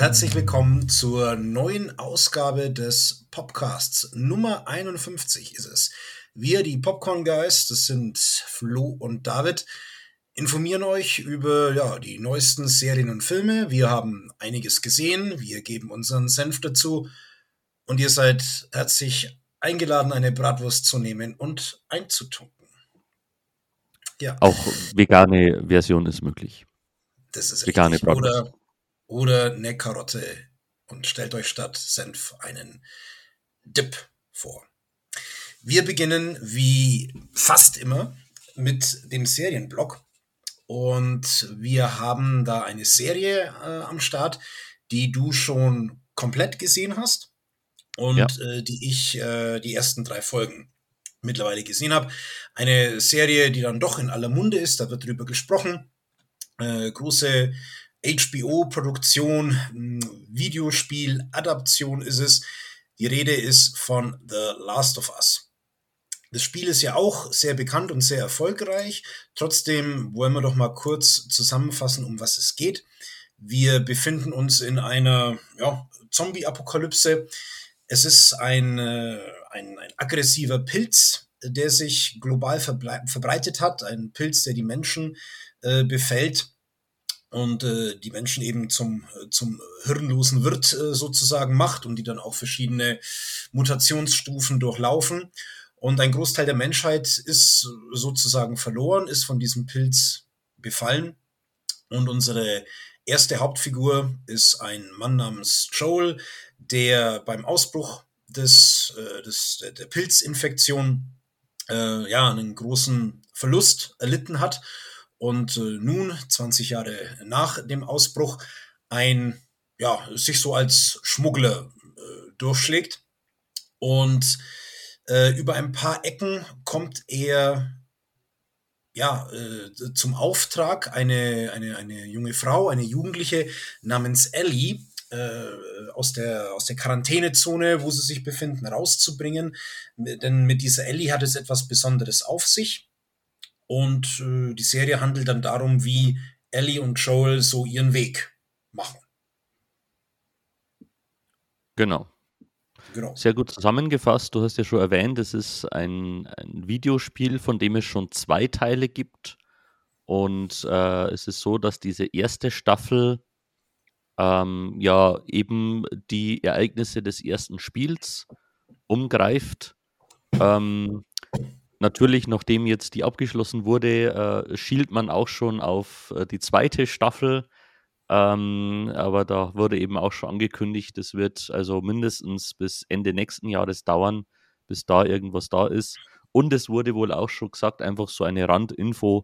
herzlich willkommen zur neuen Ausgabe des Popcasts. Nummer 51 ist es. Wir, die Popcorn Guys, das sind Flo und David, informieren euch über die neuesten Serien und Filme. Wir haben einiges gesehen, wir geben unseren Senf dazu und ihr seid herzlich eingeladen, eine Bratwurst zu nehmen und einzutunken. Ja, Auch vegane Version ist möglich. das ist Vegane richtig. Bratwurst. Oder eine Karotte und stellt euch statt Senf einen Dip vor. Wir beginnen wie fast immer mit dem Serienblock und wir haben da eine Serie am Start, die du schon komplett gesehen hast Ja, und die ich die ersten 3 Folgen mittlerweile gesehen habe. Eine Serie, die dann doch in aller Munde ist, da wird drüber gesprochen. Große HBO-Produktion, Videospiel-Adaption ist es. Die Rede ist von The Last of Us. Das Spiel ist ja auch sehr bekannt und sehr erfolgreich. Trotzdem wollen wir doch mal kurz zusammenfassen, um was es geht. Wir befinden uns in einer Zombie-Apokalypse. Es ist ein aggressiver Pilz, der sich global verbreitet hat. Ein Pilz, der die Menschen befällt und die Menschen eben zum hirnlosen Wirt sozusagen macht und die dann auch verschiedene Mutationsstufen durchlaufen. Und ein Großteil der Menschheit ist sozusagen verloren, ist von diesem Pilz befallen. Und unsere erste Hauptfigur ist ein Mann namens Joel, der beim Ausbruch der Pilzinfektion einen großen Verlust erlitten hat und nun, 20 Jahre nach dem Ausbruch, sich so als Schmuggler durchschlägt. Und über ein paar Ecken kommt er zum Auftrag, eine junge Frau, eine Jugendliche namens Ellie, aus der Quarantänezone, wo sie sich befinden, rauszubringen. Denn mit dieser Ellie hat es etwas Besonderes auf sich. Und die Serie handelt dann darum, wie Ellie und Joel so ihren Weg machen. genau. Genau. Sehr gut zusammengefasst. Du hast ja schon erwähnt, es ist ein Videospiel, von dem es schon 2 Teile gibt. Und es ist so, dass diese erste Staffel eben die Ereignisse des ersten Spiels umgreift. Ähm, Natürlich, nachdem jetzt die abgeschlossen wurde, schielt man auch schon auf die zweite Staffel. Aber da wurde eben auch schon angekündigt, es wird also mindestens bis Ende nächsten Jahres dauern, bis da irgendwas da ist. Und es wurde wohl auch schon gesagt, einfach so eine Randinfo,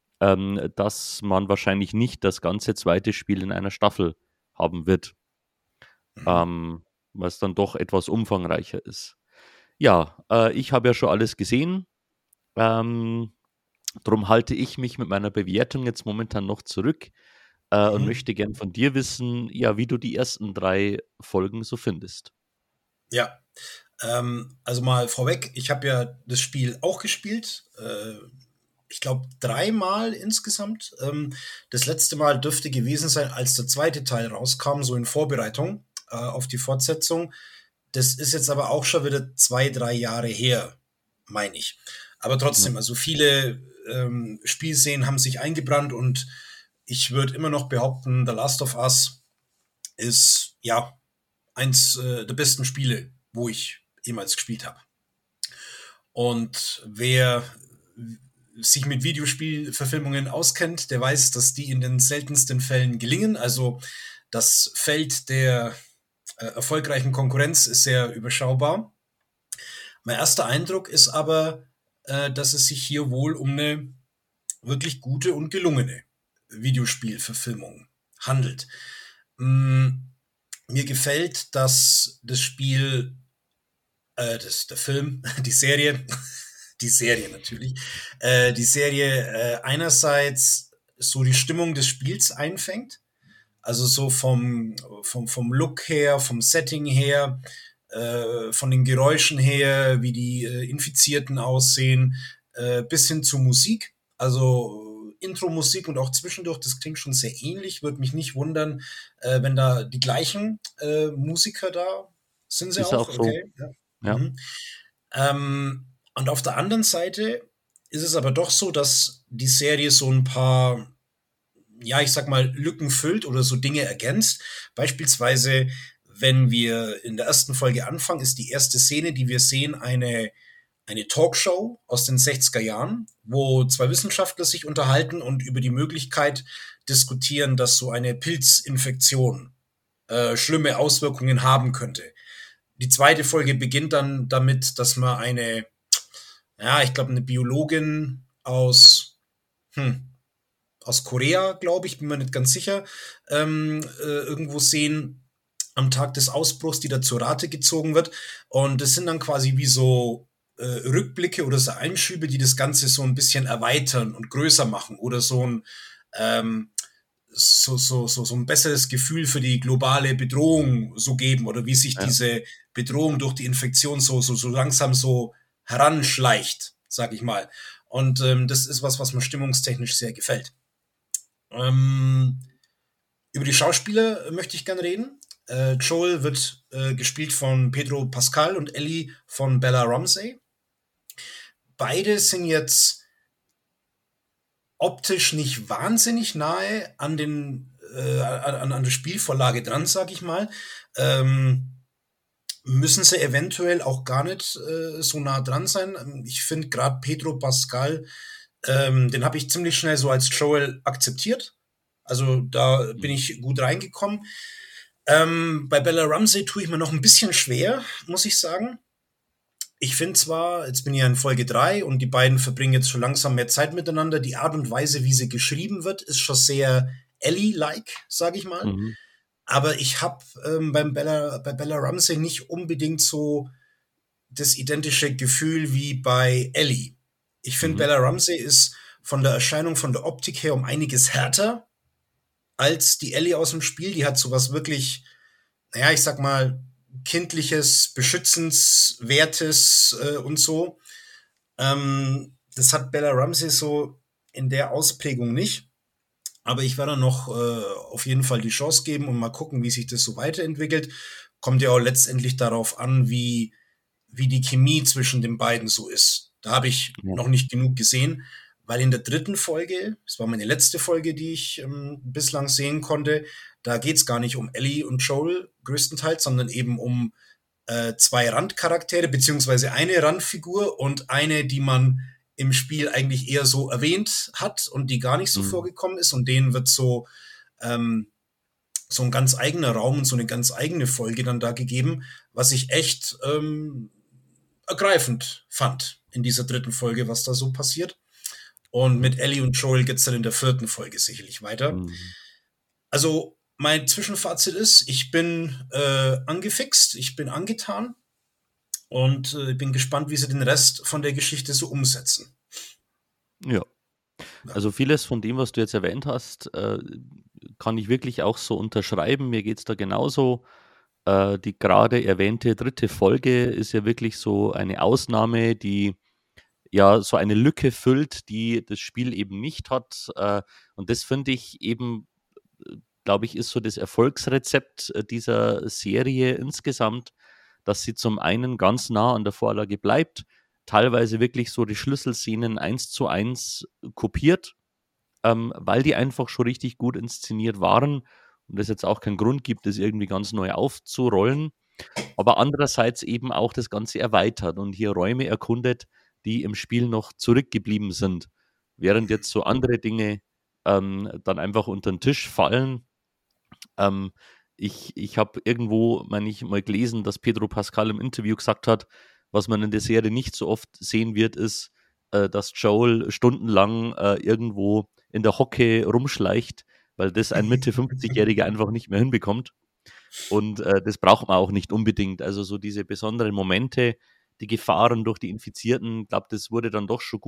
dass man wahrscheinlich nicht das ganze zweite Spiel in einer Staffel haben wird, Mhm. ähm, was dann doch etwas umfangreicher ist. Ja, ich habe ja schon alles gesehen. Ähm, Drum halte ich mich mit meiner Bewertung jetzt momentan noch zurück und Mhm. möchte gern von dir wissen, ja, wie du die ersten 3 Folgen so findest. Ja, also mal vorweg, ich habe ja das Spiel auch gespielt. Ich glaube 3 Mal insgesamt. Das letzte Mal dürfte gewesen sein, als der zweite Teil rauskam, so in Vorbereitung auf die Fortsetzung. Das ist jetzt aber auch schon wieder 2, 3 Jahre her, meine ich. Aber Ja, trotzdem, also viele Spielszenen haben sich eingebrannt und ich würde immer noch behaupten, The Last of Us ist ja eins der besten Spiele, wo ich jemals gespielt habe. Und wer sich mit Videospielverfilmungen auskennt, der weiß, dass die in den seltensten Fällen gelingen. Also das Feld der erfolgreichen Konkurrenz ist sehr überschaubar. Mein erster Eindruck ist aber, dass es sich hier wohl um eine wirklich gute und gelungene Videospielverfilmung handelt. Mm, Mir gefällt, dass das Spiel, der Film, die Serie natürlich, die Serie einerseits so die Stimmung des Spiels einfängt, also so vom Look her, vom Setting her, von den Geräuschen her, wie die Infizierten aussehen, bis hin zur Musik. Also Intro-Musik und auch zwischendurch, das klingt schon sehr ähnlich. Würde mich nicht wundern, wenn da die gleichen Musiker da sind sie Ist auch, auch so, okay. Ja. ja. Mhm. Und auf der anderen Seite ist es aber doch so, dass die Serie so ein paar, ja, ich sag mal, Lücken füllt oder so Dinge ergänzt. Beispielsweise, wenn wir in der ersten Folge anfangen, ist die erste Szene, die wir sehen, eine Talkshow aus den 60er Jahren, wo zwei Wissenschaftler sich unterhalten und über die Möglichkeit diskutieren, dass so eine Pilzinfektion schlimme Auswirkungen haben könnte. Die zweite Folge beginnt dann damit, dass man ja, ich glaube, eine Biologin hm, aus Korea, glaube ich, bin mir nicht ganz sicher, irgendwo sehen am Tag des Ausbruchs, die da zur Rate gezogen wird. Und das sind dann quasi wie so Rückblicke oder so Einschübe, die das Ganze so ein bisschen erweitern und größer machen oder ähm, so ein besseres Gefühl für die globale Bedrohung so geben oder wie sich Ja. diese Bedrohung durch die Infektion so langsam so heranschleicht, sag ich mal. Und das ist was mir stimmungstechnisch sehr gefällt. Ähm, über die Schauspieler möchte ich gerne reden. Joel wird gespielt von Pedro Pascal und Ellie von Bella Ramsey. Beide sind jetzt optisch nicht wahnsinnig nahe an der Spielvorlage dran, sag ich mal. Müssen sie eventuell auch gar nicht so nah dran sein. Ich finde gerade Pedro Pascal, den habe ich ziemlich schnell so als Joel akzeptiert. Also da bin Mhm. ich gut reingekommen. Bei Bella Ramsey tue ich mir noch ein bisschen schwer, muss ich sagen. Ich finde zwar, jetzt bin ich ja in Folge 3 und die beiden verbringen jetzt schon langsam mehr Zeit miteinander. Die Art und Weise, wie sie geschrieben wird, ist schon sehr Ellie-like, sage ich mal. Mhm. Aber ich habe bei Bella Ramsey nicht unbedingt so das identische Gefühl wie bei Ellie. Ich finde, Mhm. Bella Ramsey ist von der Erscheinung, von der Optik her um einiges härter als die Ellie aus dem Spiel. Die hat sowas wirklich, naja, ich sag mal, kindliches, beschützenswertes und so. Das hat Bella Ramsey so in der Ausprägung nicht. Aber ich werde noch auf jeden Fall die Chance geben und mal gucken, wie sich das so weiterentwickelt. Kommt ja auch letztendlich darauf an, wie die Chemie zwischen den beiden so ist. Da habe ich Ja. noch nicht genug gesehen, weil in der dritten Folge, das war meine letzte Folge, die ich bislang sehen konnte, da geht es gar nicht um Ellie und Joel größtenteils, sondern eben um zwei Randcharaktere, beziehungsweise eine Randfigur und eine, die man im Spiel eigentlich eher so erwähnt hat und die gar nicht so Mhm. vorgekommen ist. Und denen wird ähm, so ein ganz eigener Raum und so eine ganz eigene Folge dann da gegeben, was ich echt ergreifend fand in dieser dritten Folge, was da so passiert. Und mit Ellie und Joel geht's dann in der vierten Folge sicherlich weiter. Mhm. Also mein Zwischenfazit ist, ich bin angefixt, ich bin angetan und bin gespannt, wie sie den Rest von der Geschichte so umsetzen. Ja. Ja. Also vieles von dem, was du jetzt erwähnt hast, kann ich wirklich auch so unterschreiben. Mir geht es da genauso. Die gerade erwähnte dritte Folge ist ja wirklich so eine Ausnahme, die ja so eine Lücke füllt, die das Spiel eben nicht hat. Und das finde ich eben, glaube ich, ist so das Erfolgsrezept dieser Serie insgesamt, dass sie zum einen ganz nah an der Vorlage bleibt, teilweise wirklich so die Schlüsselszenen eins zu eins kopiert, weil die einfach schon richtig gut inszeniert waren und es jetzt auch keinen Grund gibt, das irgendwie ganz neu aufzurollen, aber andererseits eben auch das Ganze erweitert und hier Räume erkundet, die im Spiel noch zurückgeblieben sind, während jetzt so andere Dinge dann einfach unter den Tisch fallen. Ähm, ich habe irgendwo, meine ich, mal gelesen, dass Pedro Pascal im Interview gesagt hat, was man in der Serie nicht so oft sehen wird, ist, dass Joel stundenlang irgendwo in der Hocke rumschleicht, weil das ein Mitte 50-Jähriger einfach nicht mehr hinbekommt. Und das braucht man auch nicht unbedingt. Also so diese besonderen Momente, die Gefahren durch die Infizierten, ich glaube, das wurde dann doch schon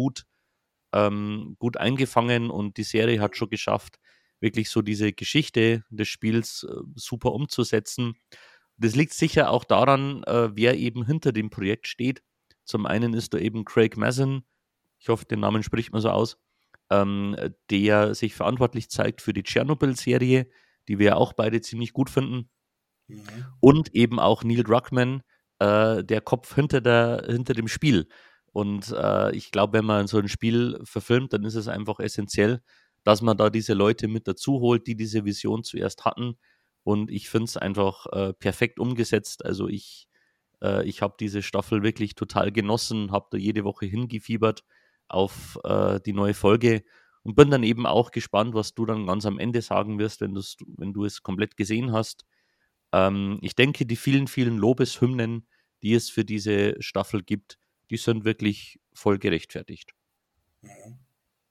gut eingefangen und die Serie hat schon geschafft, wirklich so diese Geschichte des Spiels super umzusetzen. Das liegt sicher auch daran, wer eben hinter dem Projekt steht. Zum einen ist da eben Craig Mazin, ich hoffe, den Namen spricht man so aus, der sich verantwortlich zeigt für die Tschernobyl-Serie, die wir ja auch beide ziemlich gut finden. Mhm. Und eben auch Neil Druckmann, der Kopf hinter dem Spiel. Und ich glaube, wenn man so ein Spiel verfilmt, dann ist es einfach essentiell, dass man da diese Leute mit dazu holt, die diese Vision zuerst hatten. Und ich finde es einfach perfekt umgesetzt. Also ich habe diese Staffel wirklich total genossen, habe da jede Woche hingefiebert auf die neue Folge und bin dann eben auch gespannt, was du dann ganz am Ende sagen wirst, wenn du es komplett gesehen hast. Ich denke, die vielen, vielen Lobeshymnen, die es für diese Staffel gibt, die sind wirklich voll gerechtfertigt. Mhm.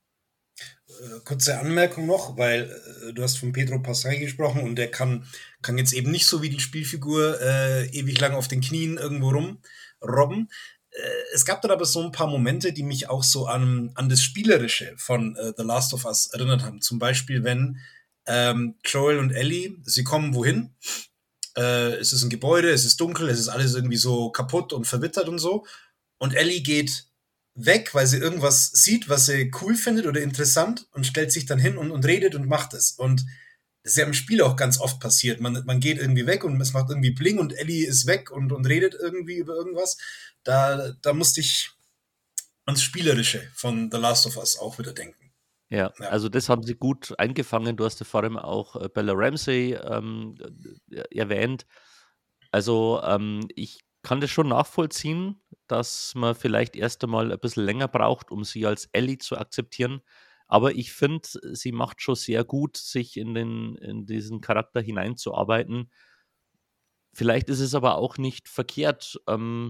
Kurze Anmerkung noch, weil du hast von Pedro Pascal gesprochen und der kann jetzt eben nicht so wie die Spielfigur ewig lang auf den Knien irgendwo rumrobben. Es gab dann aber so ein paar Momente, die mich auch so an das Spielerische von The Last of Us erinnert haben. Zum Beispiel, wenn Joel und Ellie, sie kommen wohin, es ist ein Gebäude, es ist dunkel, es ist alles irgendwie so kaputt und verwittert und so. Und Ellie geht weg, weil sie irgendwas sieht, was sie cool findet oder interessant und stellt sich dann hin und redet und macht es. Und das ist ja im Spiel auch ganz oft passiert. Man geht irgendwie weg und es macht irgendwie Bling und Ellie ist weg und redet irgendwie über irgendwas. Da musste ich ans Spielerische von The Last of Us auch wieder denken. Ja, Ja. also das haben sie gut eingefangen. Du hast ja vor allem auch Bella Ramsey erwähnt. Also ich kann das schon nachvollziehen, dass man vielleicht erst einmal ein bisschen länger braucht, um sie als Ellie zu akzeptieren. Aber ich finde, sie macht schon sehr gut, sich in diesen Charakter hineinzuarbeiten. Vielleicht ist es aber auch nicht verkehrt,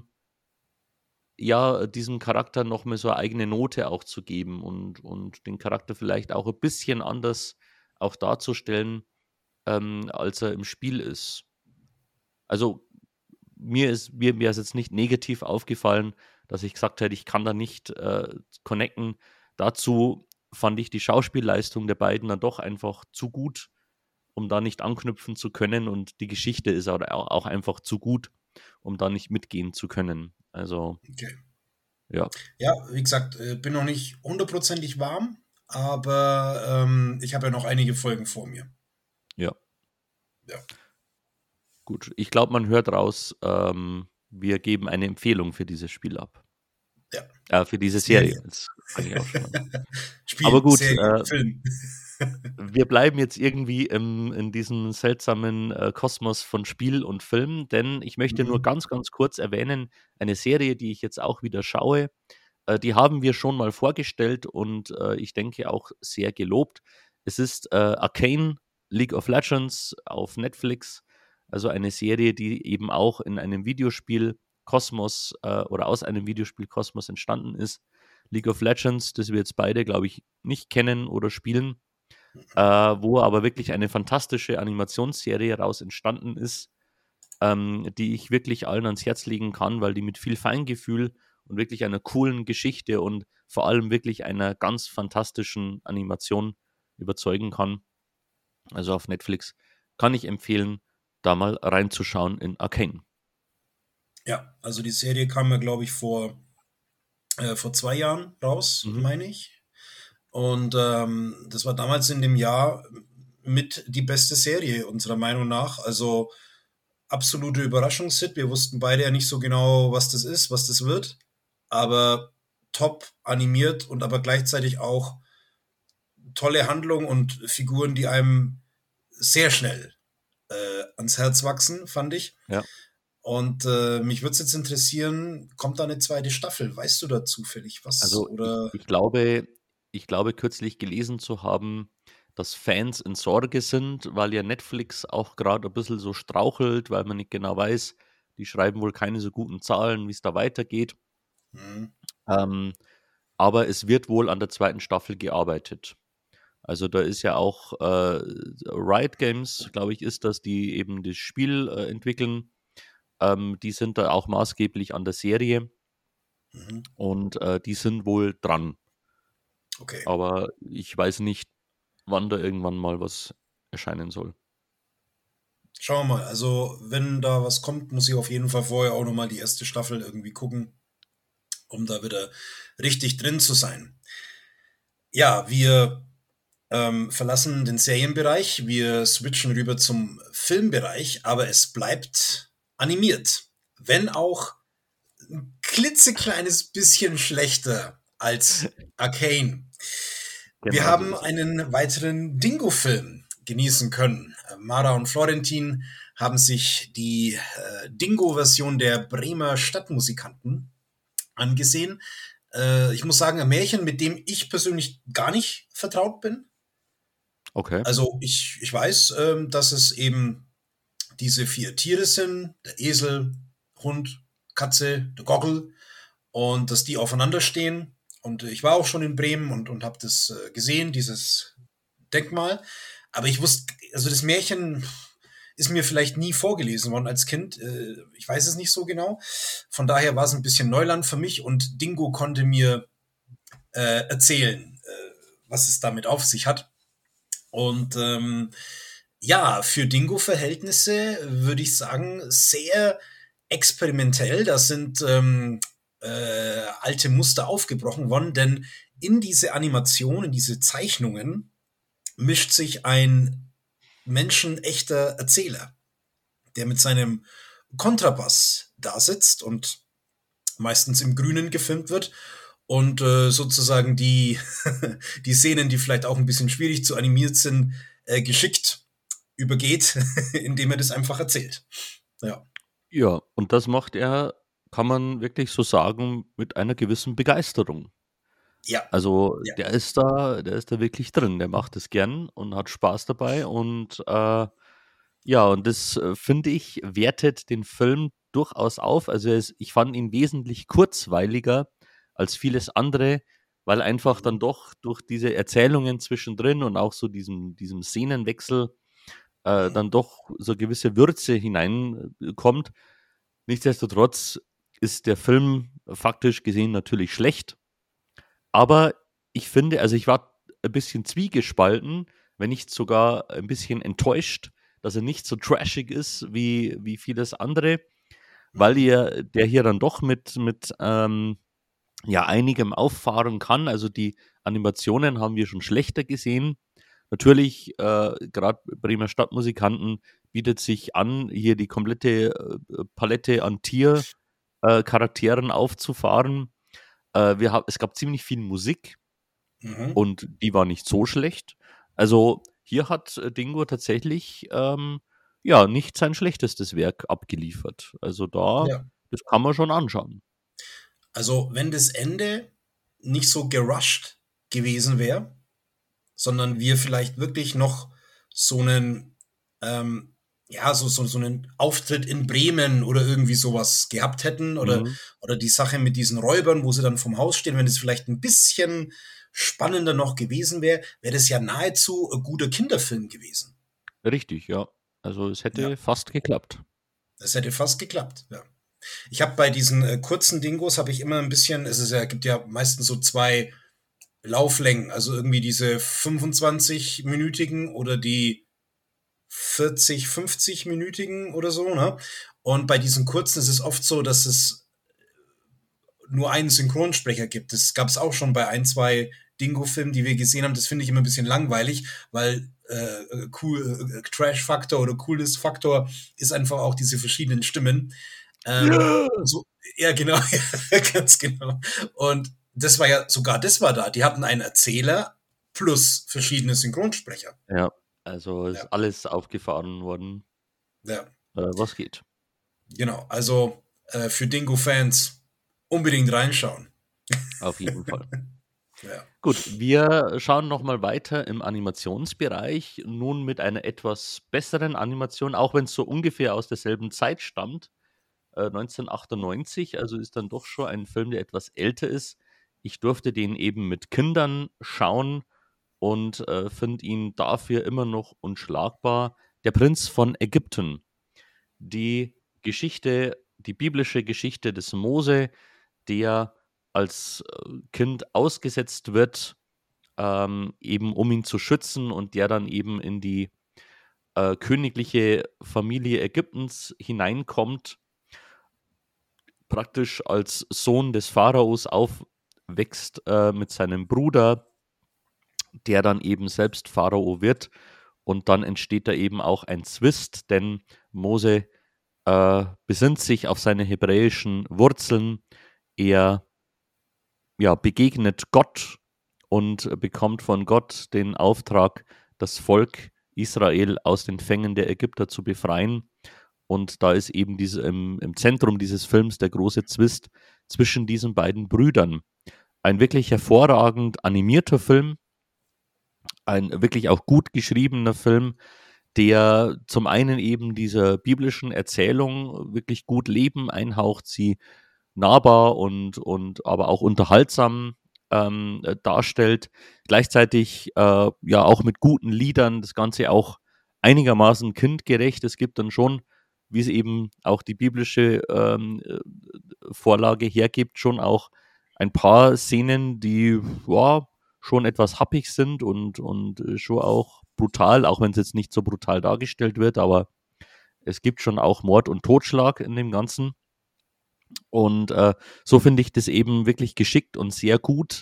ja, diesem Charakter noch mal so eine eigene Note auch zu geben und den Charakter vielleicht auch ein bisschen anders auch darzustellen, als er im Spiel ist. Also, mir ist jetzt nicht negativ aufgefallen, dass ich gesagt hätte, ich kann da nicht, connecten. Dazu fand ich die Schauspielleistung der beiden dann doch einfach zu gut, um da nicht anknüpfen zu können und die Geschichte ist aber auch einfach zu gut, um da nicht mitgehen zu können. Also, Okay. ja, Ja, wie gesagt, bin noch nicht hundertprozentig warm, aber ich habe ja noch einige Folgen vor mir. ja. Ja. Gut, ich glaube, man hört raus, wir geben eine Empfehlung für dieses Spiel ab. Ja. Für diese Serie. Serie. Jetzt fange ich auch schon an. Aber Spiel, gut, Serie, Film. wir bleiben jetzt irgendwie in diesem seltsamen Kosmos von Spiel und Film, denn ich möchte nur Mhm. ganz, ganz kurz erwähnen, eine Serie, die ich jetzt auch wieder schaue, die haben wir schon mal vorgestellt und ich denke auch sehr gelobt. Es ist Arcane League of Legends auf Netflix, also eine Serie, die eben auch in einem Videospiel Kosmos oder aus einem Videospiel Kosmos entstanden ist. League of Legends, das wir jetzt beide, glaube ich, nicht kennen oder spielen, wo aber wirklich eine fantastische Animationsserie daraus entstanden ist, die ich wirklich allen ans Herz legen kann, weil die mit viel Feingefühl und wirklich einer coolen Geschichte und vor allem wirklich einer ganz fantastischen Animation überzeugen kann. Also auf Netflix kann ich empfehlen, da mal reinzuschauen in Arcane. Ja, also die Serie kam ja, glaube ich, vor 2 Jahren raus, Mhm. meine ich. Und das war damals in dem Jahr mit die beste Serie unserer Meinung nach. Also absolute Überraschungshit. Wir wussten beide ja nicht so genau, was das ist, was das wird. Aber top animiert und aber gleichzeitig auch tolle Handlung und Figuren, die einem sehr schnell ans Herz wachsen, fand ich. Ja. Und mich würde es jetzt interessieren, kommt da eine zweite Staffel? Weißt du da zufällig was? Also Oder ich glaube kürzlich gelesen zu haben, dass Fans in Sorge sind, weil ja Netflix auch gerade ein bisschen so strauchelt, weil man nicht genau weiß, die schreiben wohl keine so guten Zahlen, wie es da weitergeht. hm, Ähm, aber es wird wohl an der zweiten Staffel gearbeitet. Also da ist ja auch Riot Games, glaube ich, ist das, die eben das Spiel entwickeln. Die sind da auch maßgeblich an der Serie mhm, und die sind wohl dran. okay. Aber ich weiß nicht, wann da irgendwann mal was erscheinen soll. Schauen wir mal. Also, wenn da was kommt, muss ich auf jeden Fall vorher auch nochmal die erste Staffel irgendwie gucken, um da wieder richtig drin zu sein. Ja, wir verlassen den Serienbereich, wir switchen rüber zum Filmbereich, aber es bleibt animiert. Wenn auch ein klitzekleines bisschen schlechter als Arcane. Wir Genau so haben ist es. einen weiteren Dingo-Film genießen können. Mara und Florentin haben sich die Dingo-Version der Bremer Stadtmusikanten angesehen. Ich muss sagen, ein Märchen, mit dem ich persönlich gar nicht vertraut bin. Okay. Also ich weiß, dass es eben diese vier Tiere sind, der Esel, Hund, Katze, der Gockel, und dass die aufeinander stehen. Und ich war auch schon in Bremen und habe das gesehen, dieses Denkmal. Aber ich wusste, also das Märchen ist mir vielleicht nie vorgelesen worden als Kind. Ich weiß es nicht so genau. Von daher war es ein bisschen Neuland für mich und Dingo konnte mir erzählen, was es damit auf sich hat. Und ja, für Dingo-Verhältnisse würde ich sagen, sehr experimentell. Da sind alte Muster aufgebrochen worden, denn in diese Animation, in diese Zeichnungen mischt sich ein menschenechter Erzähler, der mit seinem Kontrabass da sitzt und meistens im Grünen gefilmt wird und sozusagen die, die Szenen, die vielleicht auch ein bisschen schwierig zu animiert sind, geschickt übergeht, indem er das einfach erzählt. Ja. Ja, und das macht er, kann man wirklich so sagen, mit einer gewissen Begeisterung. Ja. Also, Ja. der ist da wirklich drin. Der macht es gern und hat Spaß dabei und, ja, und das, finde ich, wertet den Film durchaus auf. Also, ich fand ihn wesentlich kurzweiliger als vieles andere, weil einfach dann Mhm. doch durch diese Erzählungen zwischendrin und auch so diesem Szenenwechsel, Mhm. dann doch so gewisse Würze hineinkommt. Nichtsdestotrotz ist der Film faktisch gesehen natürlich schlecht, aber ich finde, also, ich war ein bisschen zwiegespalten, wenn nicht sogar ein bisschen enttäuscht, dass er nicht so trashig ist wie vieles andere, weil Mhm. der hier dann doch mit ja, einigem auffahren kann. Also, die Animationen haben wir schon schlechter gesehen. Natürlich, grad Bremer Stadtmusikanten bietet sich an, hier die komplette, Palette an Charakteren aufzufahren. Es gab ziemlich viel Musik Mhm. und die war nicht so schlecht. Also, hier hat, Dingo tatsächlich, ja, nicht sein schlechtestes Werk abgeliefert. Also, Ja. das kann man schon anschauen. Also, wenn das Ende nicht so gerusht gewesen wäre, sondern wir vielleicht wirklich noch so einen, ja, so einen Auftritt in Bremen oder irgendwie sowas gehabt hätten Mhm. oder die Sache mit diesen Räubern, wo sie dann vom Haus stehen, wenn es vielleicht ein bisschen spannender noch gewesen wäre, wäre das ja nahezu ein guter Kinderfilm gewesen. Richtig, ja. Also, es Ja, hätte fast geklappt. das hätte fast geklappt, ja. Ich habe bei diesen kurzen Dingos habe ich immer ein bisschen, es ist ja, gibt ja meistens so zwei Lauflängen, also irgendwie diese 25-minütigen oder die 40, 50-minütigen oder so, ne? Und bei diesen kurzen ist es oft so, dass es nur einen Synchronsprecher gibt. Das gab es auch schon bei ein, zwei Dingo-Filmen, die wir gesehen haben. Das finde ich immer ein bisschen langweilig, weil Trash-Faktor oder Coolness-Faktor ist einfach auch diese verschiedenen Stimmen. Ja. So, ja, genau, ja, ganz genau. Und das war da. Die hatten einen Erzähler plus verschiedene Synchronsprecher. Ja, also, ist Ja, alles aufgefahren worden, ja. was geht. Genau, also für Dingo-Fans unbedingt reinschauen. Auf jeden Fall. Ja. Gut, wir schauen noch mal weiter im Animationsbereich, nun mit einer etwas besseren Animation, auch wenn es so ungefähr aus derselben Zeit stammt, 1998, also ist dann doch schon ein Film, der etwas älter ist. Ich durfte den eben mit Kindern schauen und, finde ihn dafür immer noch unschlagbar. Der Prinz von Ägypten. Die biblische Geschichte des Mose, der als, Kind ausgesetzt wird, eben um ihn zu schützen und der dann eben in die, königliche Familie Ägyptens hineinkommt, praktisch als Sohn des Pharaos aufwächst, mit seinem Bruder. der dann eben selbst Pharao wird. Und dann entsteht da eben auch ein Zwist, denn Mose besinnt sich auf seine hebräischen Wurzeln. Er ja, begegnet Gott und bekommt von Gott den Auftrag, das Volk Israel aus den Fängen der Ägypter zu befreien. Und da ist eben im Zentrum dieses Films der große Zwist zwischen diesen beiden Brüdern. Ein wirklich hervorragend animierter Film, ein wirklich auch gut geschriebener Film, der zum einen eben dieser biblischen Erzählung wirklich gut Leben einhaucht, sie nahbar und aber auch unterhaltsam darstellt. Gleichzeitig ja auch mit guten Liedern, das Ganze auch einigermaßen kindgerecht. Es gibt dann schon, wie es eben auch die biblische Vorlage hergibt, schon auch ein paar Szenen, die ja, schon etwas happig sind und schon auch brutal, auch wenn es jetzt nicht so brutal dargestellt wird, aber es gibt schon auch Mord und Totschlag in dem Ganzen. Und so finde ich das eben wirklich geschickt und sehr gut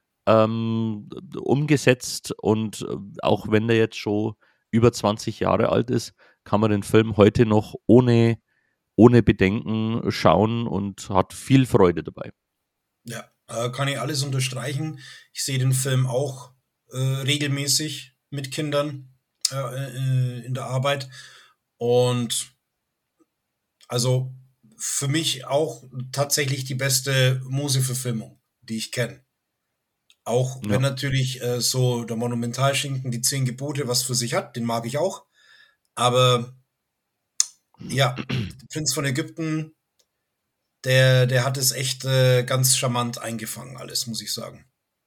umgesetzt. Und auch wenn der jetzt schon über 20 Jahre alt ist, kann man den Film heute noch ohne Bedenken schauen und hat viel Freude dabei. Ja, kann ich alles unterstreichen. Ich sehe den Film auch regelmäßig mit Kindern in der Arbeit. Und also für mich auch tatsächlich die beste Mose-Verfilmung, die ich kenne. Auch wenn Ja, natürlich so der Monumentalschinken, die 10 Gebote, was für sich hat, den mag ich auch. Aber ja, Prinz von Ägypten, der hat es echt ganz charmant eingefangen, alles, muss ich sagen.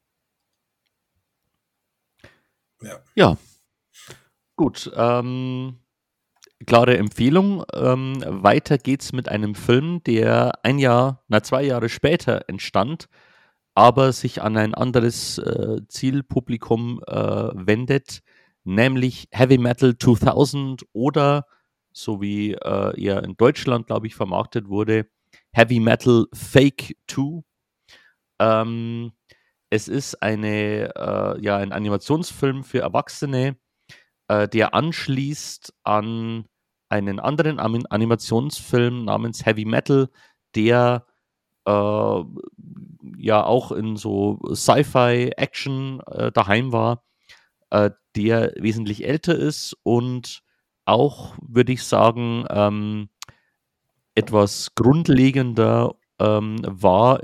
Ja. ja gut. Klare Empfehlung. Weiter geht's mit einem Film, der 2 Jahre später entstand, aber sich an ein anderes Zielpublikum wendet, nämlich Heavy Metal 2000 oder, so wie er in Deutschland, glaube ich, vermarktet wurde, Heavy Metal Fake 2. Ähm, Es ist ja, ein Animationsfilm für Erwachsene, der anschließt an einen anderen Animationsfilm namens Heavy Metal, der äh, ja auch in so Sci-Fi-Action daheim war, der wesentlich älter ist und auch, würde ich sagen, etwas grundlegender war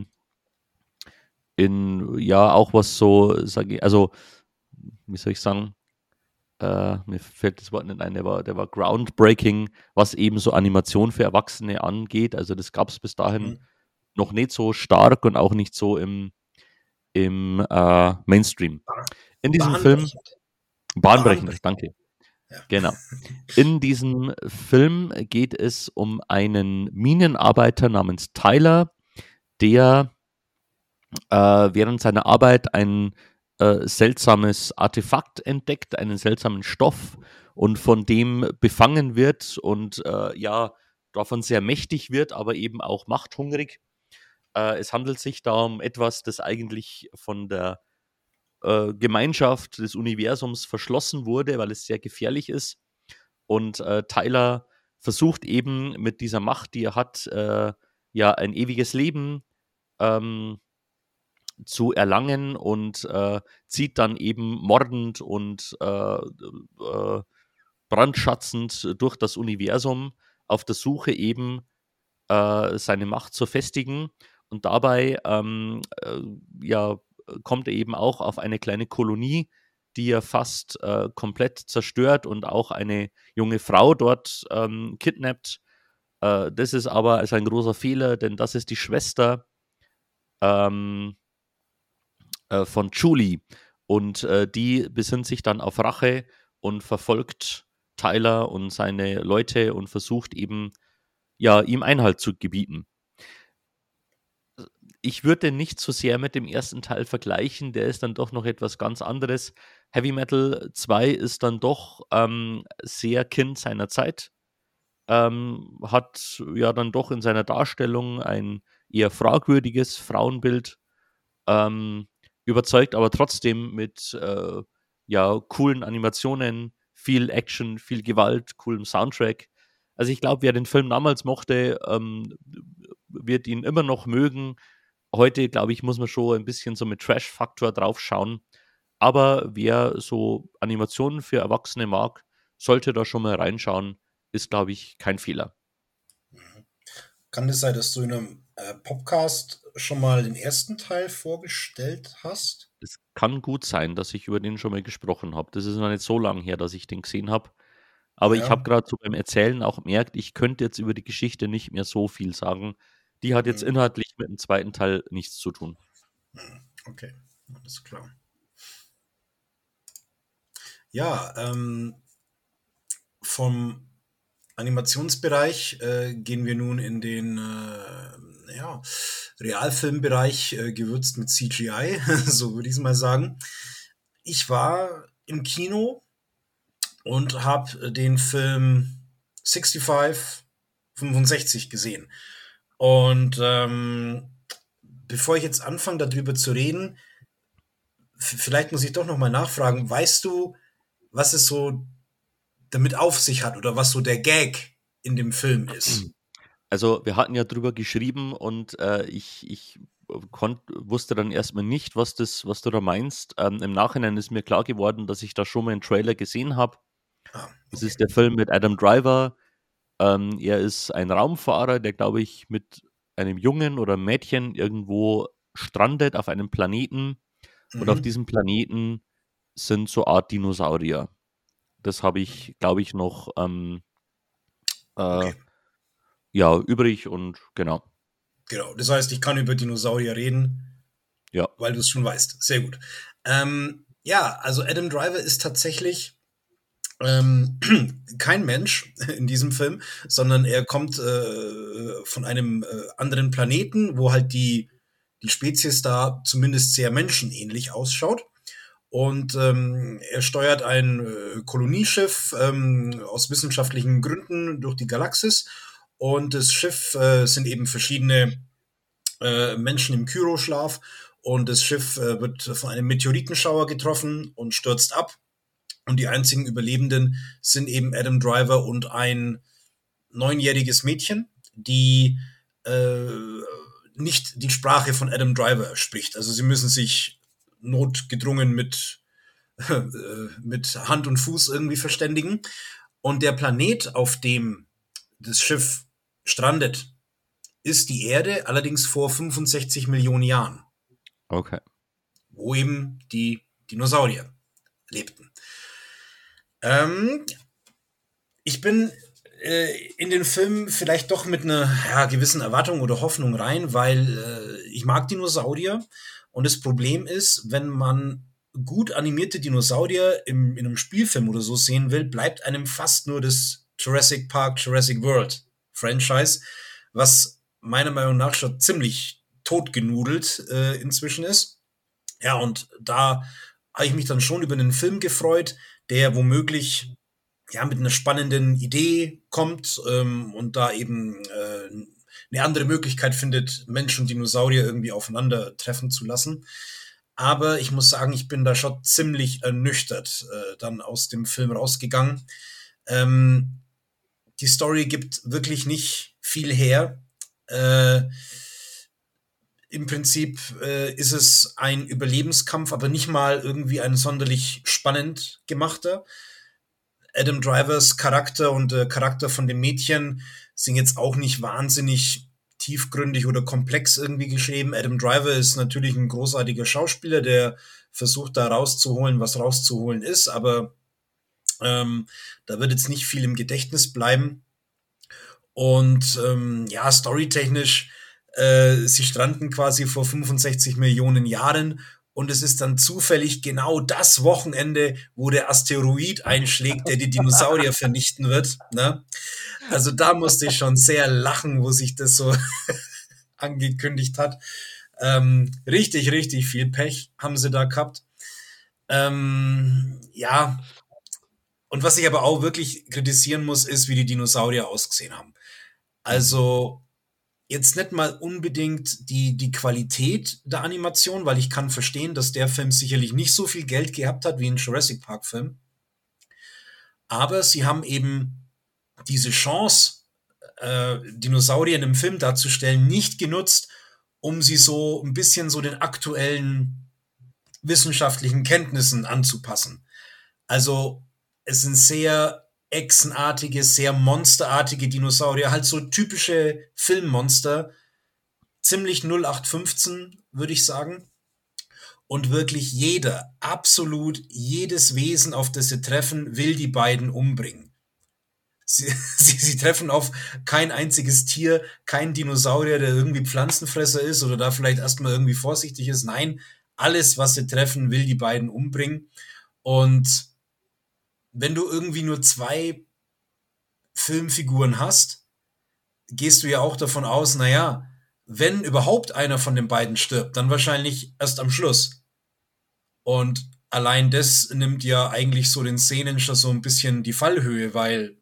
ja, auch was so, sage ich, also, wie soll ich sagen, mir fällt das Wort nicht ein, der war groundbreaking, was eben so Animation für Erwachsene angeht. Also das gab es bis dahin Mhm. noch nicht so stark und auch nicht so im Mainstream. In diesem Film, Bahnbrechend. bahnbrechend, Bahnbrechend. danke, Ja. genau. In diesem Film geht es um einen Minenarbeiter namens Tyler, der während seiner Arbeit ein seltsames Artefakt entdeckt, einen seltsamen Stoff und von dem befangen wird und ja, davon sehr mächtig wird, aber eben auch machthungrig. Es handelt sich da um etwas, das eigentlich von der Gemeinschaft des Universums verschlossen wurde, weil es sehr gefährlich ist. Und Tyler versucht eben mit dieser Macht, die er hat, ja, ein ewiges Leben ähm, zu erlangen und zieht dann eben mordend und brandschatzend durch das Universum auf der Suche eben seine Macht zu festigen. Und dabei ja, kommt er eben auch auf eine kleine Kolonie, die er fast komplett zerstört und auch eine junge Frau dort kidnappt. Das ist aber also ein großer Fehler, denn das ist die Schwester ähm, von Julie. Und die besinnt sich dann auf Rache und verfolgt Tyler und seine Leute und versucht eben, ja, ihm Einhalt zu gebieten. Ich würde den nicht so sehr mit dem ersten Teil vergleichen, der ist dann doch noch etwas ganz anderes. Heavy Metal 2 ist dann doch sehr Kind seiner Zeit, hat ja dann doch in seiner Darstellung ein eher fragwürdiges Frauenbild, ähm, überzeugt aber trotzdem mit ja, coolen Animationen, viel Action, viel Gewalt, coolem Soundtrack. Also ich glaube, wer den Film damals mochte, wird ihn immer noch mögen. Heute, glaube ich, muss man schon ein bisschen so mit Trash-Faktor drauf schauen. Aber wer so Animationen für Erwachsene mag, sollte da schon mal reinschauen. Ist, glaube ich, kein Fehler. Kann es sein, dass du in einem Podcast schon mal den ersten Teil vorgestellt hast? Es kann gut sein, dass ich über den schon mal gesprochen habe. Das ist noch nicht so lang her, dass ich den gesehen habe. Aber ich Ja. habe gerade so beim Erzählen auch gemerkt, ich könnte jetzt über die Geschichte nicht mehr so viel sagen. Die hat jetzt Mhm. inhaltlich mit dem zweiten Teil nichts zu tun. Okay, alles klar. Ja, vom Animationsbereich gehen wir nun in den ja, Realfilmbereich, gewürzt mit CGI, so würde ich es mal sagen. Ich war im Kino und habe den Film 65, 65 gesehen. Und bevor ich jetzt anfange, darüber zu reden, vielleicht muss ich doch noch mal nachfragen, weißt du, was es so damit auf sich hat oder was so der Gag in dem Film ist? Also, wir hatten ja drüber geschrieben und ich wusste dann erstmal nicht, was du da meinst. Im Nachhinein ist mir klar geworden, dass ich da schon mal einen Trailer gesehen habe. Ah, Das okay. ist der Film mit Adam Driver. Er ist ein Raumfahrer, der, glaube ich, mit einem Jungen oder einem Mädchen irgendwo strandet auf einem Planeten. Und auf Mhm. diesem Planeten sind so Art Dinosaurier. Das habe ich, glaube ich, noch äh, Okay, ja, übrig und genau. genau. Das heißt, ich kann über Dinosaurier reden, Ja. weil du es schon weißt. Sehr gut. Ja, also Adam Driver ist tatsächlich ähm, kein Mensch in diesem Film, sondern er kommt von einem anderen Planeten, wo halt die Spezies da zumindest sehr menschenähnlich ausschaut. Und er steuert ein Kolonieschiff aus wissenschaftlichen Gründen durch die Galaxis. Und das Schiff sind eben verschiedene Menschen im Kyroschlaf. Und das Schiff wird von einem Meteoritenschauer getroffen und stürzt ab. Und die einzigen Überlebenden sind eben Adam Driver und ein neunjähriges Mädchen, die äh, nicht die Sprache von Adam Driver spricht. Also sie müssen sich notgedrungen mit Hand und Fuß irgendwie verständigen. Und der Planet, auf dem das Schiff strandet, ist die Erde, allerdings vor 65 Millionen Jahren, Okay. wo eben die Dinosaurier lebten. Ähm, Ich bin in den Film vielleicht doch mit einer ja, gewissen Erwartung oder Hoffnung rein, weil ich mag Dinosaurier. Und das Problem ist, wenn man gut animierte Dinosaurier in einem Spielfilm oder so sehen will, bleibt einem fast nur das Jurassic Park, Jurassic World Franchise, was meiner Meinung nach schon ziemlich totgenudelt inzwischen ist. Ja, und da habe ich mich dann schon über einen Film gefreut, der womöglich ja, mit einer spannenden Idee kommt und da eben eine andere Möglichkeit findet, Mensch und Dinosaurier irgendwie aufeinandertreffen zu lassen. Aber ich muss sagen, ich bin da schon ziemlich ernüchtert dann aus dem Film rausgegangen. Ähm, Die Story gibt wirklich nicht viel her. Äh, Im Prinzip ist es ein Überlebenskampf, aber nicht mal irgendwie ein sonderlich spannend gemachter. Adam Drivers Charakter und der Charakter von dem Mädchen sind jetzt auch nicht wahnsinnig tiefgründig oder komplex irgendwie geschrieben. Adam Driver ist natürlich ein großartiger Schauspieler, der versucht da rauszuholen, was rauszuholen ist, aber da wird jetzt nicht viel im Gedächtnis bleiben. Und ja, storytechnisch, sie stranden quasi vor 65 Millionen Jahren und es ist dann zufällig genau das Wochenende, wo der Asteroid einschlägt, der die Dinosaurier vernichten wird. Ne? Also da musste ich schon sehr lachen, wo sich das so angekündigt hat. Richtig, richtig viel Pech haben sie da gehabt. Ja, und was ich aber auch wirklich kritisieren muss, ist, wie die Dinosaurier ausgesehen haben. Mhm. Also jetzt nicht mal unbedingt die Qualität der Animation, weil ich kann verstehen, dass der Film sicherlich nicht so viel Geld gehabt hat wie ein Jurassic Park-Film. Aber sie haben eben diese Chance, Dinosaurier in einem Film darzustellen, nicht genutzt, um sie so ein bisschen so den aktuellen wissenschaftlichen Kenntnissen anzupassen. Also es sind sehr echsenartige, sehr monsterartige Dinosaurier, halt so typische Filmmonster, ziemlich 0815, würde ich sagen. Und wirklich jeder, absolut jedes Wesen, auf das sie treffen, will die beiden umbringen. Sie treffen auf kein einziges Tier, kein Dinosaurier, der irgendwie Pflanzenfresser ist oder da vielleicht erstmal irgendwie vorsichtig ist. Nein, alles, was sie treffen, will die beiden umbringen. Und wenn du irgendwie nur zwei Filmfiguren hast, gehst du ja auch davon aus, naja, wenn überhaupt einer von den beiden stirbt, dann wahrscheinlich erst am Schluss. Und allein das nimmt ja eigentlich so den Szenen schon so ein bisschen die Fallhöhe, weil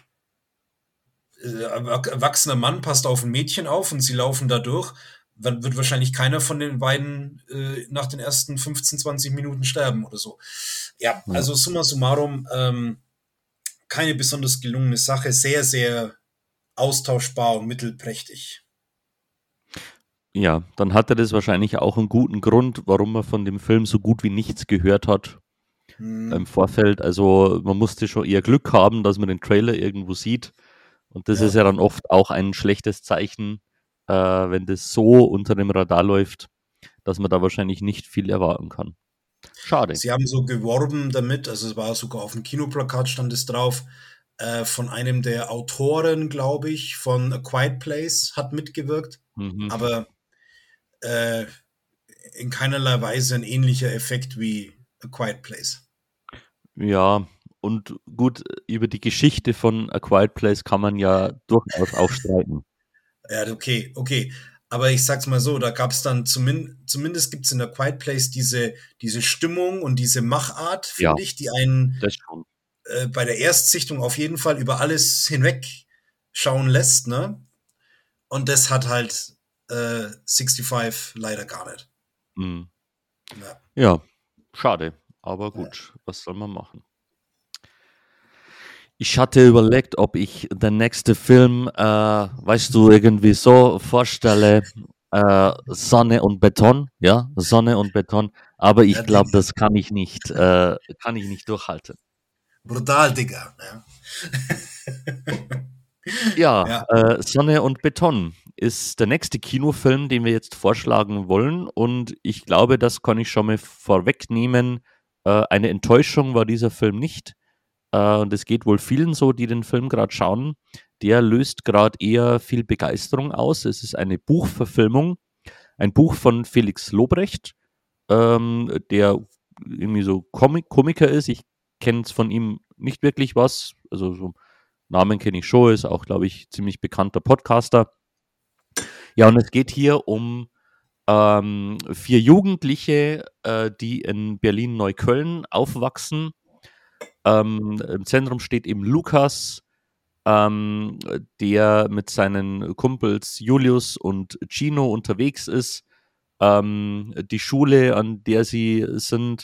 erwachsener Mann passt auf ein Mädchen auf und sie laufen da durch, dann wird wahrscheinlich keiner von den beiden nach den ersten 15, 20 Minuten sterben oder so. Ja, Ja. also summa summarum, keine besonders gelungene Sache, sehr, sehr austauschbar und mittelprächtig. Ja, dann hatte das wahrscheinlich auch einen guten Grund, warum man von dem Film so gut wie nichts gehört hat im Hm, Vorfeld. Also man musste schon eher Glück haben, dass man den Trailer irgendwo sieht. Und das ist ja. ja dann oft auch ein schlechtes Zeichen, wenn das so unter dem Radar läuft, dass man da wahrscheinlich nicht viel erwarten kann. Schade. Sie haben so geworben damit, also es war sogar auf dem Kinoplakat stand es drauf, von einem der Autoren, glaube ich, von A Quiet Place hat mitgewirkt, Mhm. aber äh, in keinerlei Weise ein ähnlicher Effekt wie A Quiet Place. Ja, und gut, über die Geschichte von A Quiet Place kann man ja durchaus auch streiten. Ja, okay, okay. Aber ich sag's mal so, da gab's dann zumindest gibt's in A Quiet Place diese Stimmung und diese Machart, Ja, finde ich, die einen das schon. bei der Erstsichtung auf jeden Fall über alles hinweg schauen lässt, ne? Und das hat halt 65 leider gar nicht. Mhm. Ja. Ja, schade, aber Ja. gut, was soll man machen? Ich hatte überlegt, ob ich den nächsten Film, weißt du, irgendwie so vorstelle, Sonne und Beton, ja, Sonne und Beton, aber Ja, ich glaube, Digga. das kann ich nicht durchhalten. Brutal, Digga. Ja. Ja, Ja. Sonne und Beton ist der nächste Kinofilm, den wir jetzt vorschlagen wollen. Und ich glaube, das kann ich schon mal vorwegnehmen. Eine Enttäuschung war dieser Film nicht. Und es geht wohl vielen so, die den Film gerade schauen. Der löst gerade eher viel Begeisterung aus. Es ist eine Buchverfilmung, ein Buch von Felix Lobrecht, der irgendwie so Komiker ist. Ich kenne es von ihm nicht wirklich was. Also so Namen kenne ich schon, ist auch, glaube ich, ziemlich bekannter Podcaster. Ja, und es geht hier um vier Jugendliche, die in Berlin-Neukölln aufwachsen. Im Zentrum steht eben Lukas, der mit seinen Kumpels Julius und Gino unterwegs ist. Die Schule, an der sie sind,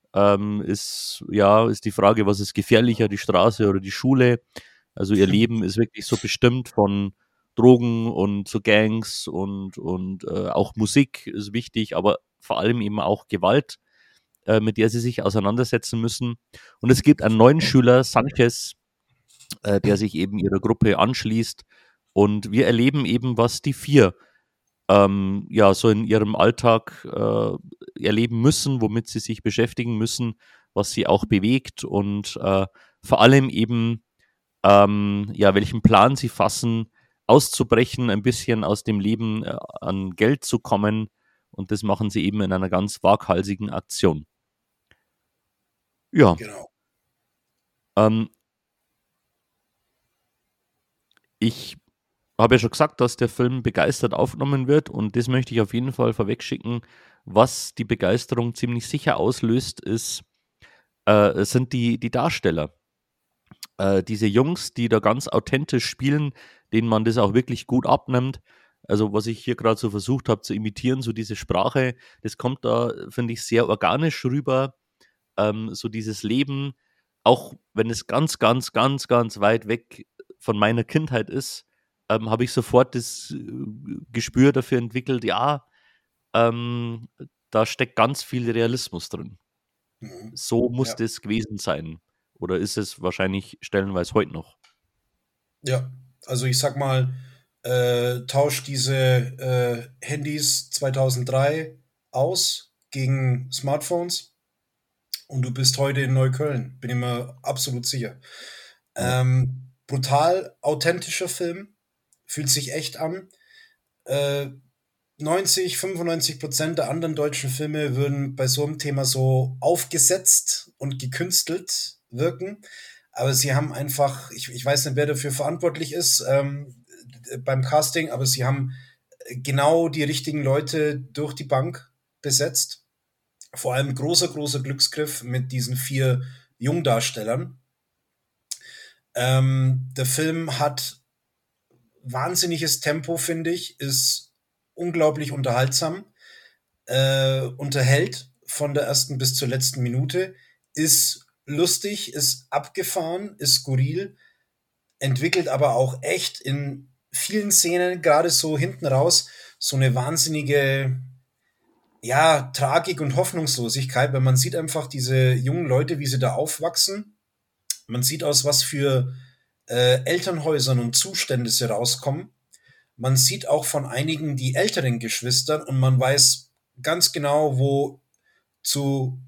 ist die Frage, was ist gefährlicher, die Straße oder die Schule? Also ihr Leben ist wirklich so bestimmt von Drogen und so Gangs und auch Musik ist wichtig, aber vor allem eben auch Gewalt, mit der sie sich auseinandersetzen müssen. Und es gibt einen neuen Schüler, Sanchez, der sich eben ihrer Gruppe anschließt. Und wir erleben eben, was die vier ja, so in ihrem Alltag erleben müssen, womit sie sich beschäftigen müssen, was sie auch bewegt und vor allem eben, ja, welchen Plan sie fassen, auszubrechen, ein bisschen aus dem Leben an Geld zu kommen. Und das machen sie eben in einer ganz waghalsigen Aktion. Ja, Genau. ähm, ich habe ja schon gesagt, dass der Film begeistert aufgenommen wird und das möchte ich auf jeden Fall vorwegschicken. Was die Begeisterung ziemlich sicher auslöst, sind die Darsteller. Diese Jungs, die da ganz authentisch spielen, denen man das auch wirklich gut abnimmt. Also was ich hier gerade so versucht habe zu imitieren, so diese Sprache, das kommt da, finde ich, sehr organisch rüber. So dieses Leben, auch wenn es ganz, ganz, ganz, ganz weit weg von meiner Kindheit ist, habe ich sofort das Gespür dafür entwickelt, ja, ähm, da steckt ganz viel Realismus drin. Mhm. So muss Ja, das gewesen sein. Oder ist es wahrscheinlich stellenweise heute noch? ja. Also ich sag mal, tausch diese Handys 2003 aus gegen Smartphones und du bist heute in Neukölln, bin ich mir absolut sicher. Ja, Brutal authentischer Film, fühlt sich echt an. Äh, 90, 95% der anderen deutschen Filme würden bei so einem Thema so aufgesetzt und gekünstelt wirken. Aber sie haben einfach, ich weiß nicht, wer dafür verantwortlich ist beim Casting, aber sie haben genau die richtigen Leute durch die Bank besetzt. Vor allem großer, großer Glücksgriff mit diesen 4 Jungdarstellern. Der Film hat wahnsinniges Tempo, finde ich, ist unglaublich unterhaltsam, unterhält von der ersten bis zur letzten Minute, ist lustig, ist abgefahren, ist skurril, entwickelt aber auch echt in vielen Szenen, gerade so hinten raus, so eine wahnsinnige, ja, Tragik und Hoffnungslosigkeit, weil man sieht einfach diese jungen Leute, wie sie da aufwachsen. Man sieht aus was für Elternhäusern und Zustände sie rauskommen. Man sieht auch von einigen die älteren Geschwistern und man weiß ganz genau, wo zu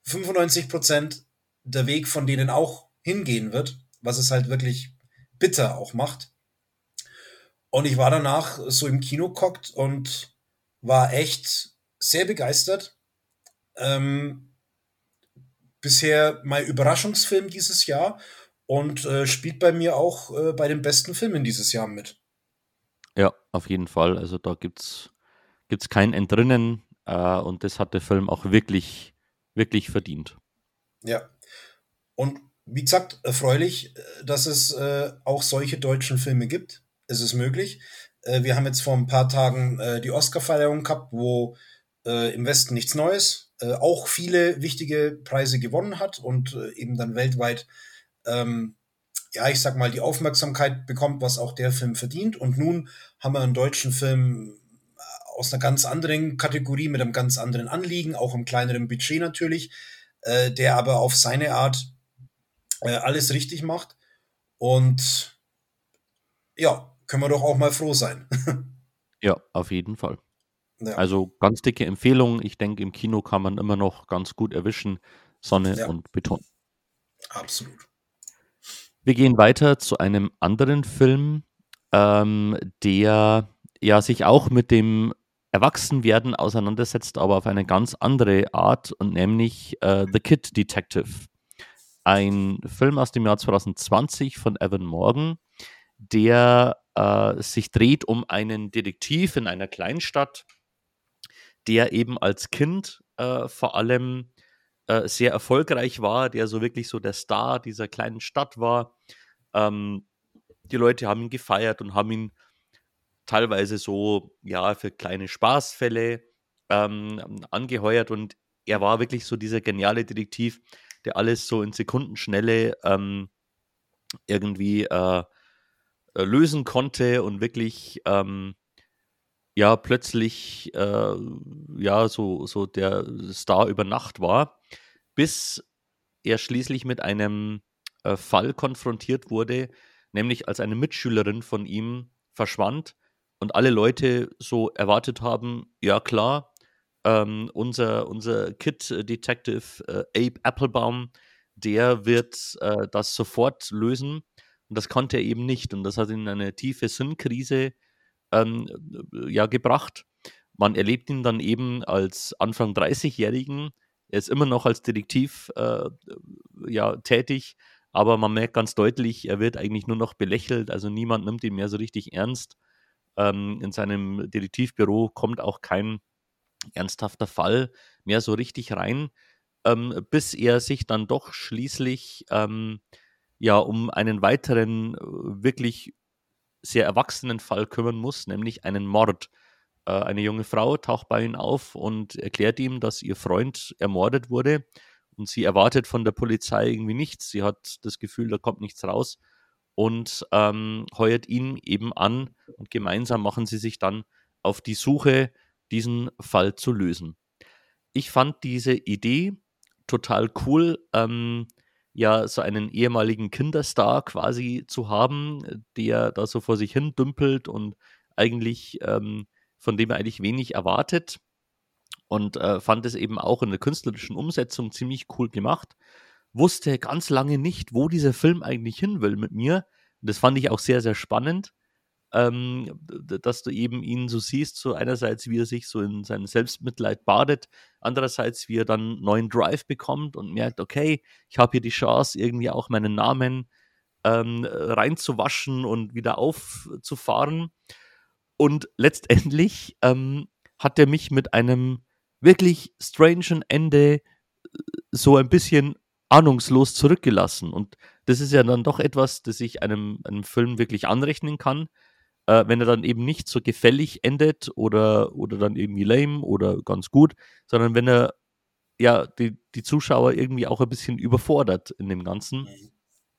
95% der Weg von denen auch hingehen wird, was es halt wirklich bitter auch macht. Und ich war danach so im Kino gehockt und war echt sehr begeistert. Ähm, Bisher mein Überraschungsfilm dieses Jahr und spielt bei mir auch bei den besten Filmen dieses Jahr mit. ja, auf jeden Fall. Also da gibt's kein Entrinnen, und das hat der Film auch wirklich, wirklich verdient. Ja. Und wie gesagt, erfreulich, dass es auch solche deutschen Filme gibt. Es ist möglich. Wir haben jetzt vor ein paar Tagen die Oscar-Verleihung gehabt, wo im Westen nichts Neues auch viele wichtige Preise gewonnen hat und eben dann weltweit, ähm, ja, ich sag mal, die Aufmerksamkeit bekommt, was auch der Film verdient. Und nun haben wir einen deutschen Film aus einer ganz anderen Kategorie mit einem ganz anderen Anliegen, auch im kleineren Budget natürlich, der aber auf seine Art alles richtig macht. Und ja, können wir doch auch mal froh sein. Ja, auf jeden Fall. Ja, Also ganz dicke Empfehlung. Ich denke, im Kino kann man immer noch ganz gut erwischen. Sonne ja, und Beton. absolut. Wir gehen weiter zu einem anderen Film, der ja sich auch mit dem Erwachsenwerden auseinandersetzt, aber auf eine ganz andere Art, und nämlich The Kid Detective. Ein Film aus dem Jahr 2020 von Evan Morgan, der sich dreht um einen Detektiv in einer Kleinstadt, der eben als Kind vor allem sehr erfolgreich war, der so wirklich so der Star dieser kleinen Stadt war. Ähm, Die Leute haben ihn gefeiert und haben ihn teilweise so, ja, für kleine Spaßfälle angeheuert, und er war wirklich so dieser geniale Detektiv, der alles so in Sekundenschnelle irgendwie lösen konnte und wirklich ja plötzlich ja so der Star über Nacht war, bis er schließlich mit einem Fall konfrontiert wurde, nämlich als eine Mitschülerin von ihm verschwand und alle Leute so erwartet haben, ja klar, unser Kid-Detective Abe Applebaum, der wird das sofort lösen, und das konnte er eben nicht, und das hat ihn in eine tiefe Sinnkrise ähm, ja, gebracht. Man erlebt ihn dann eben als Anfang 30-Jährigen. Er ist immer noch als Detektiv ja, tätig, aber man merkt ganz deutlich, er wird eigentlich nur noch belächelt. Also niemand nimmt ihn mehr so richtig ernst. In seinem Detektivbüro kommt auch kein ernsthafter Fall mehr so richtig rein, bis er sich dann doch schließlich ja um einen weiteren wirklich sehr erwachsenen Fall kümmern muss, nämlich einen Mord. Eine junge Frau taucht bei ihm auf und erklärt ihm, dass ihr Freund ermordet wurde und sie erwartet von der Polizei irgendwie nichts. Sie hat das Gefühl, da kommt nichts raus und heuert ihn eben an und gemeinsam machen sie sich dann auf die Suche, diesen Fall zu lösen. Ich fand diese Idee total cool, ja, so einen ehemaligen Kinderstar quasi zu haben, der da so vor sich hin dümpelt und eigentlich, von dem er eigentlich wenig erwartet und fand es eben auch in der künstlerischen Umsetzung ziemlich cool gemacht. Wusste ganz lange nicht, wo dieser Film eigentlich hin will mit mir. Und das fand ich auch sehr, sehr spannend, dass du eben ihn so siehst, so einerseits, wie er sich so in seinem Selbstmitleid badet, andererseits, wie er dann neuen Drive bekommt und merkt, okay, ich habe hier die Chance, irgendwie auch meinen Namen reinzuwaschen und wieder aufzufahren. Und letztendlich hat er mich mit einem wirklich strangen Ende so ein bisschen ahnungslos zurückgelassen. Und das ist ja dann doch etwas, das ich einem Film wirklich anrechnen kann, wenn er dann eben nicht so gefällig endet oder dann irgendwie lame oder ganz gut, sondern wenn er ja die Zuschauer irgendwie auch ein bisschen überfordert in dem Ganzen. Mhm.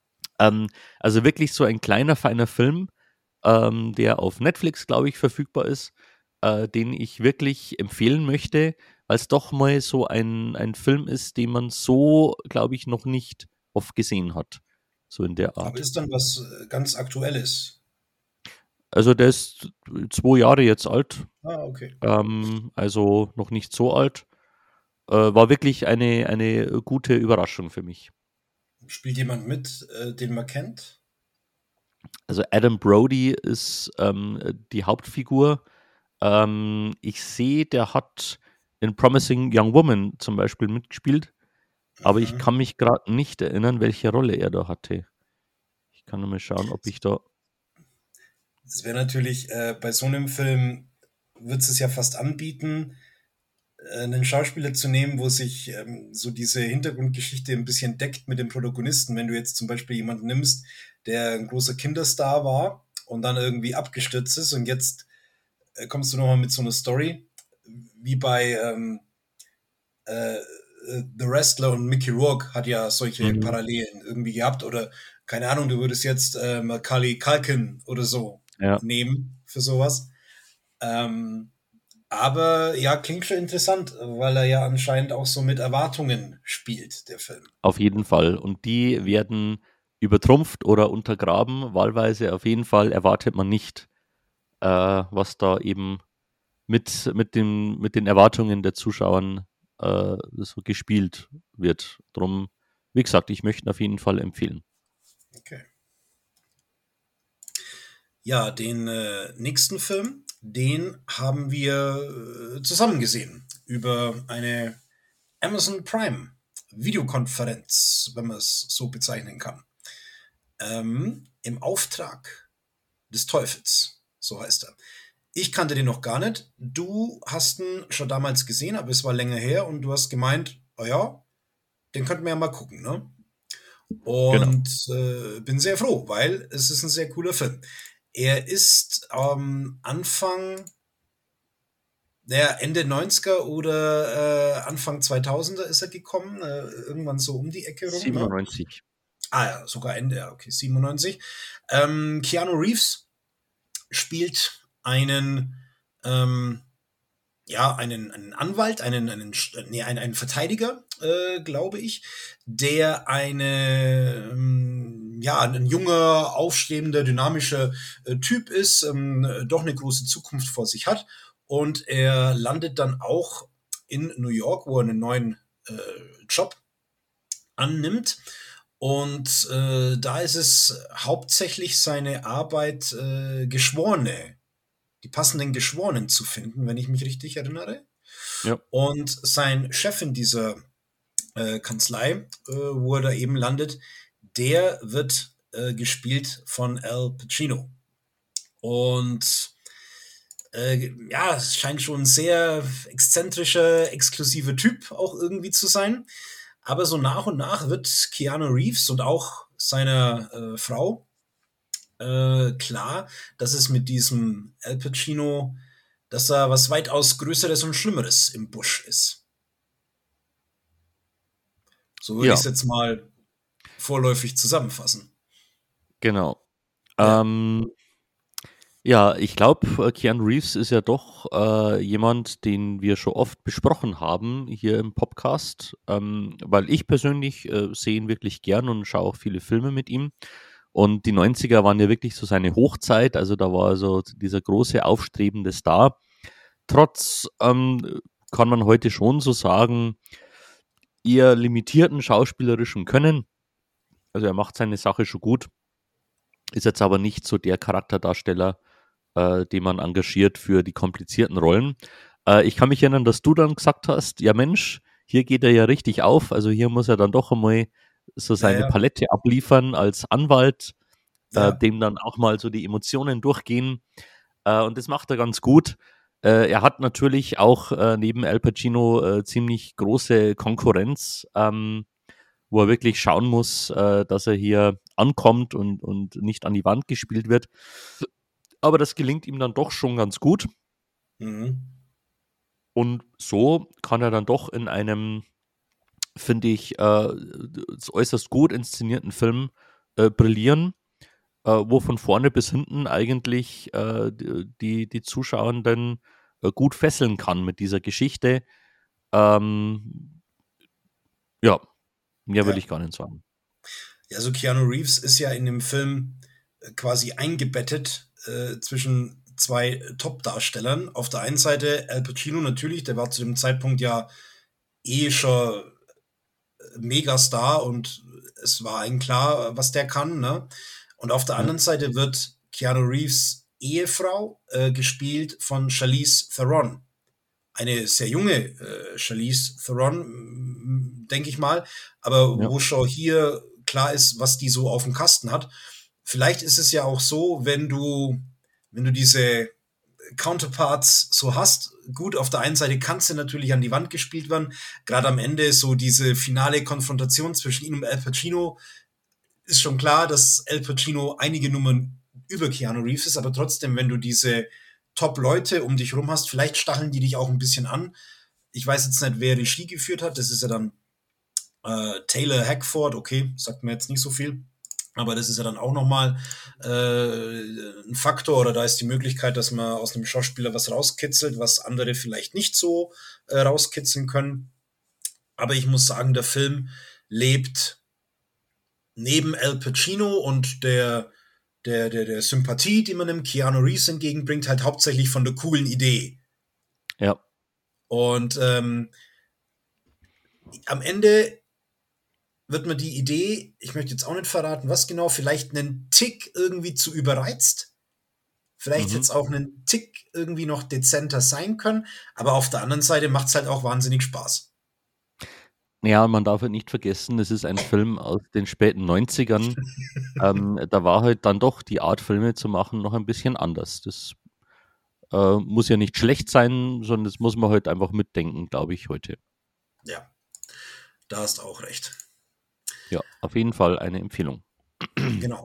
Also wirklich so ein kleiner, feiner Film, der auf Netflix, glaube ich, verfügbar ist, den ich wirklich empfehlen möchte, weil es doch mal so ein Film ist, den man so, glaube ich, noch nicht oft gesehen hat. So in der Aber Art. ist dann was ganz Aktuelles? Also der ist 2 Jahre jetzt alt, Ah, okay. also noch nicht so alt. War wirklich eine gute Überraschung für mich. Spielt jemand mit, den man kennt? Also Adam Brody ist die Hauptfigur. Ich sehe, der hat in Promising Young Woman zum Beispiel mitgespielt, aber ich Mhm. kann mich gerade nicht erinnern, welche Rolle er da hatte. Ich kann nur mal schauen, ob ich da. Das wäre natürlich, bei so einem Film wird es ja fast anbieten, einen Schauspieler zu nehmen, wo sich so diese Hintergrundgeschichte ein bisschen deckt mit dem Protagonisten. Wenn du jetzt zum Beispiel jemanden nimmst, der ein großer Kinderstar war und dann irgendwie abgestürzt ist und jetzt kommst du nochmal mit so einer Story, wie bei The Wrestler und Mickey Rourke hat ja solche Mhm. Parallelen irgendwie gehabt oder keine Ahnung, du würdest jetzt Macaulay Culkin oder so Ja, nehmen für sowas. Ähm, aber ja, klingt schon interessant, weil er ja anscheinend auch so mit Erwartungen spielt, der Film. auf jeden Fall. Und die werden übertrumpft oder untergraben. Wahlweise auf jeden Fall erwartet man nicht, was da eben mit den Erwartungen der Zuschauern so gespielt wird. Drum, wie gesagt, ich möchte ihn auf jeden Fall empfehlen. Okay. Ja, den nächsten Film, den haben wir zusammen gesehen über eine Amazon Prime Videokonferenz, wenn man es so bezeichnen kann. Im Auftrag des Teufels, so heißt er. Ich kannte den noch gar nicht. Du hast ihn schon damals gesehen, aber es war länger her und du hast gemeint, oh ja, den könnten wir ja mal gucken, ne? Genau. Und bin sehr froh, weil es ist ein sehr cooler Film. Er ist Anfang, naja, Ende 90er oder Anfang 2000er ist er gekommen, irgendwann so um die Ecke rum, ne? 97. Ah ja, sogar Ende, ja, okay, 97. Keanu Reeves spielt einen, ähm, ja, einen Anwalt, einen Verteidiger, glaube ich, der ja, ein junger, aufstrebender, dynamischer Typ ist, doch eine große Zukunft vor sich hat. Und er landet dann auch in New York, wo er einen neuen äh, Job annimmt. Und da ist es hauptsächlich seine Arbeit, Geschworene, die passenden Geschworenen zu finden, wenn ich mich richtig erinnere. Ja, Und sein Chef in dieser Kanzlei, wo er da eben landet, der wird gespielt von Al Pacino. Und ja, es scheint schon ein sehr exzentrischer, exklusiver Typ auch irgendwie zu sein. Aber so nach und nach wird Keanu Reeves und auch seiner Frau klar, dass es mit diesem Al Pacino, dass da was weitaus Größeres und Schlimmeres im Busch ist. So würde ich Ja, es jetzt mal vorläufig zusammenfassen. genau. Ja, Ähm, ja, ich glaube, Keanu Reeves ist ja doch jemand, den wir schon oft besprochen haben hier im Podcast, weil ich persönlich sehe ihn wirklich gern und schaue auch viele Filme mit ihm. Und die 90er waren ja wirklich so seine Hochzeit, also da war so dieser große aufstrebende Star. Trotz, kann man heute schon so sagen, eher limitierten schauspielerischen Können. Also er macht seine Sache schon gut, ist jetzt aber nicht so der Charakterdarsteller, den man engagiert für die komplizierten Rollen. Ich kann mich erinnern, dass du dann gesagt hast, ja Mensch, hier geht er ja richtig auf, also hier muss er dann doch einmal so ja, seine ja, Palette abliefern als Anwalt, ja. dem dann auch mal so die Emotionen durchgehen. Und das macht er ganz gut. Er hat natürlich auch neben Al Pacino ziemlich große Konkurrenz, wo er wirklich schauen muss, dass er hier ankommt und nicht an die Wand gespielt wird. Aber das gelingt ihm dann doch schon ganz gut. Mhm. Und so kann er dann doch in einem, finde ich, äußerst gut inszenierten Film brillieren, wo von vorne bis hinten eigentlich die Zuschauenden gut fesseln kann mit dieser Geschichte. Ähm, ja, mehr will Ja. ich gar nicht sagen. Ja, also Keanu Reeves ist ja in dem Film quasi eingebettet zwischen zwei Top-Darstellern. Auf der einen Seite Al Pacino natürlich, der war zu dem Zeitpunkt ja eh schon Megastar und es war allen klar, was der kann. Ne? Und auf der Ja, anderen Seite wird Keanu Reeves Ehefrau gespielt von Charlize Theron. Eine sehr junge Charlize Theron, denke ich mal, aber ja, wo schon hier klar ist, was die so auf dem Kasten hat. Vielleicht ist es ja auch so, wenn du diese Counterparts so hast. Gut, auf der einen Seite kannst du natürlich an die Wand gespielt werden. Gerade am Ende so diese finale Konfrontation zwischen ihm und Al Pacino ist schon klar, dass Al Pacino einige Nummern über Keanu Reeves ist, aber trotzdem, wenn du diese Top-Leute um dich rum hast, vielleicht stacheln die dich auch ein bisschen an. Ich weiß jetzt nicht, wer Regie geführt hat. Das ist ja dann Taylor Hackford. Okay, sagt mir jetzt nicht so viel. Aber das ist ja dann auch nochmal ein Faktor oder da ist die Möglichkeit, dass man aus einem Schauspieler was rauskitzelt, was andere vielleicht nicht so rauskitzeln können. Aber ich muss sagen, der Film lebt neben Al Pacino und der Sympathie, die man dem Keanu Reeves entgegenbringt, halt hauptsächlich von der coolen Idee. ja. Und am Ende wird mir die Idee, ich möchte jetzt auch nicht verraten, was genau, vielleicht einen Tick irgendwie zu überreizt. Vielleicht hätte Mhm. es auch einen Tick irgendwie noch dezenter sein können, aber auf der anderen Seite macht es halt auch wahnsinnig Spaß. Ja, man darf halt nicht vergessen, es ist ein Film aus den späten 90ern. Da war halt dann doch die Art, Filme zu machen, noch ein bisschen anders. Das muss ja nicht schlecht sein, sondern das muss man halt einfach mitdenken, glaube ich, heute. Ja, da hast auch recht. Ja, auf jeden Fall eine Empfehlung. Genau.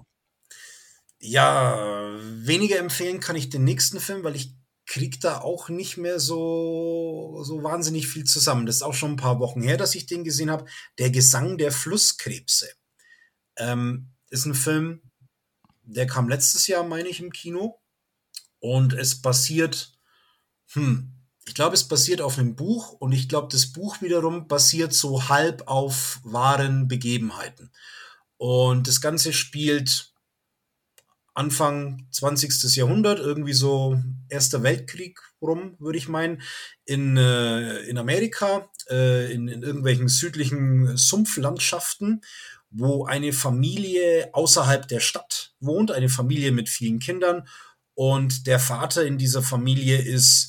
Ja, weniger empfehlen kann ich den nächsten Film, weil ich krieg da auch nicht mehr so wahnsinnig viel zusammen. Das ist auch schon ein paar Wochen her, dass ich den gesehen habe. Der Gesang der Flusskrebse. Ist ein Film, der kam letztes Jahr, meine ich, im Kino. Und es basiert, ich glaube, es basiert auf einem Buch und ich glaube, das Buch wiederum basiert so halb auf wahren Begebenheiten. Und das Ganze spielt Anfang 20. Jahrhundert, irgendwie so Erster Weltkrieg rum, würde ich meinen, in Amerika, in irgendwelchen südlichen Sumpflandschaften, wo eine Familie außerhalb der Stadt wohnt, eine Familie mit vielen Kindern. Und der Vater in dieser Familie ist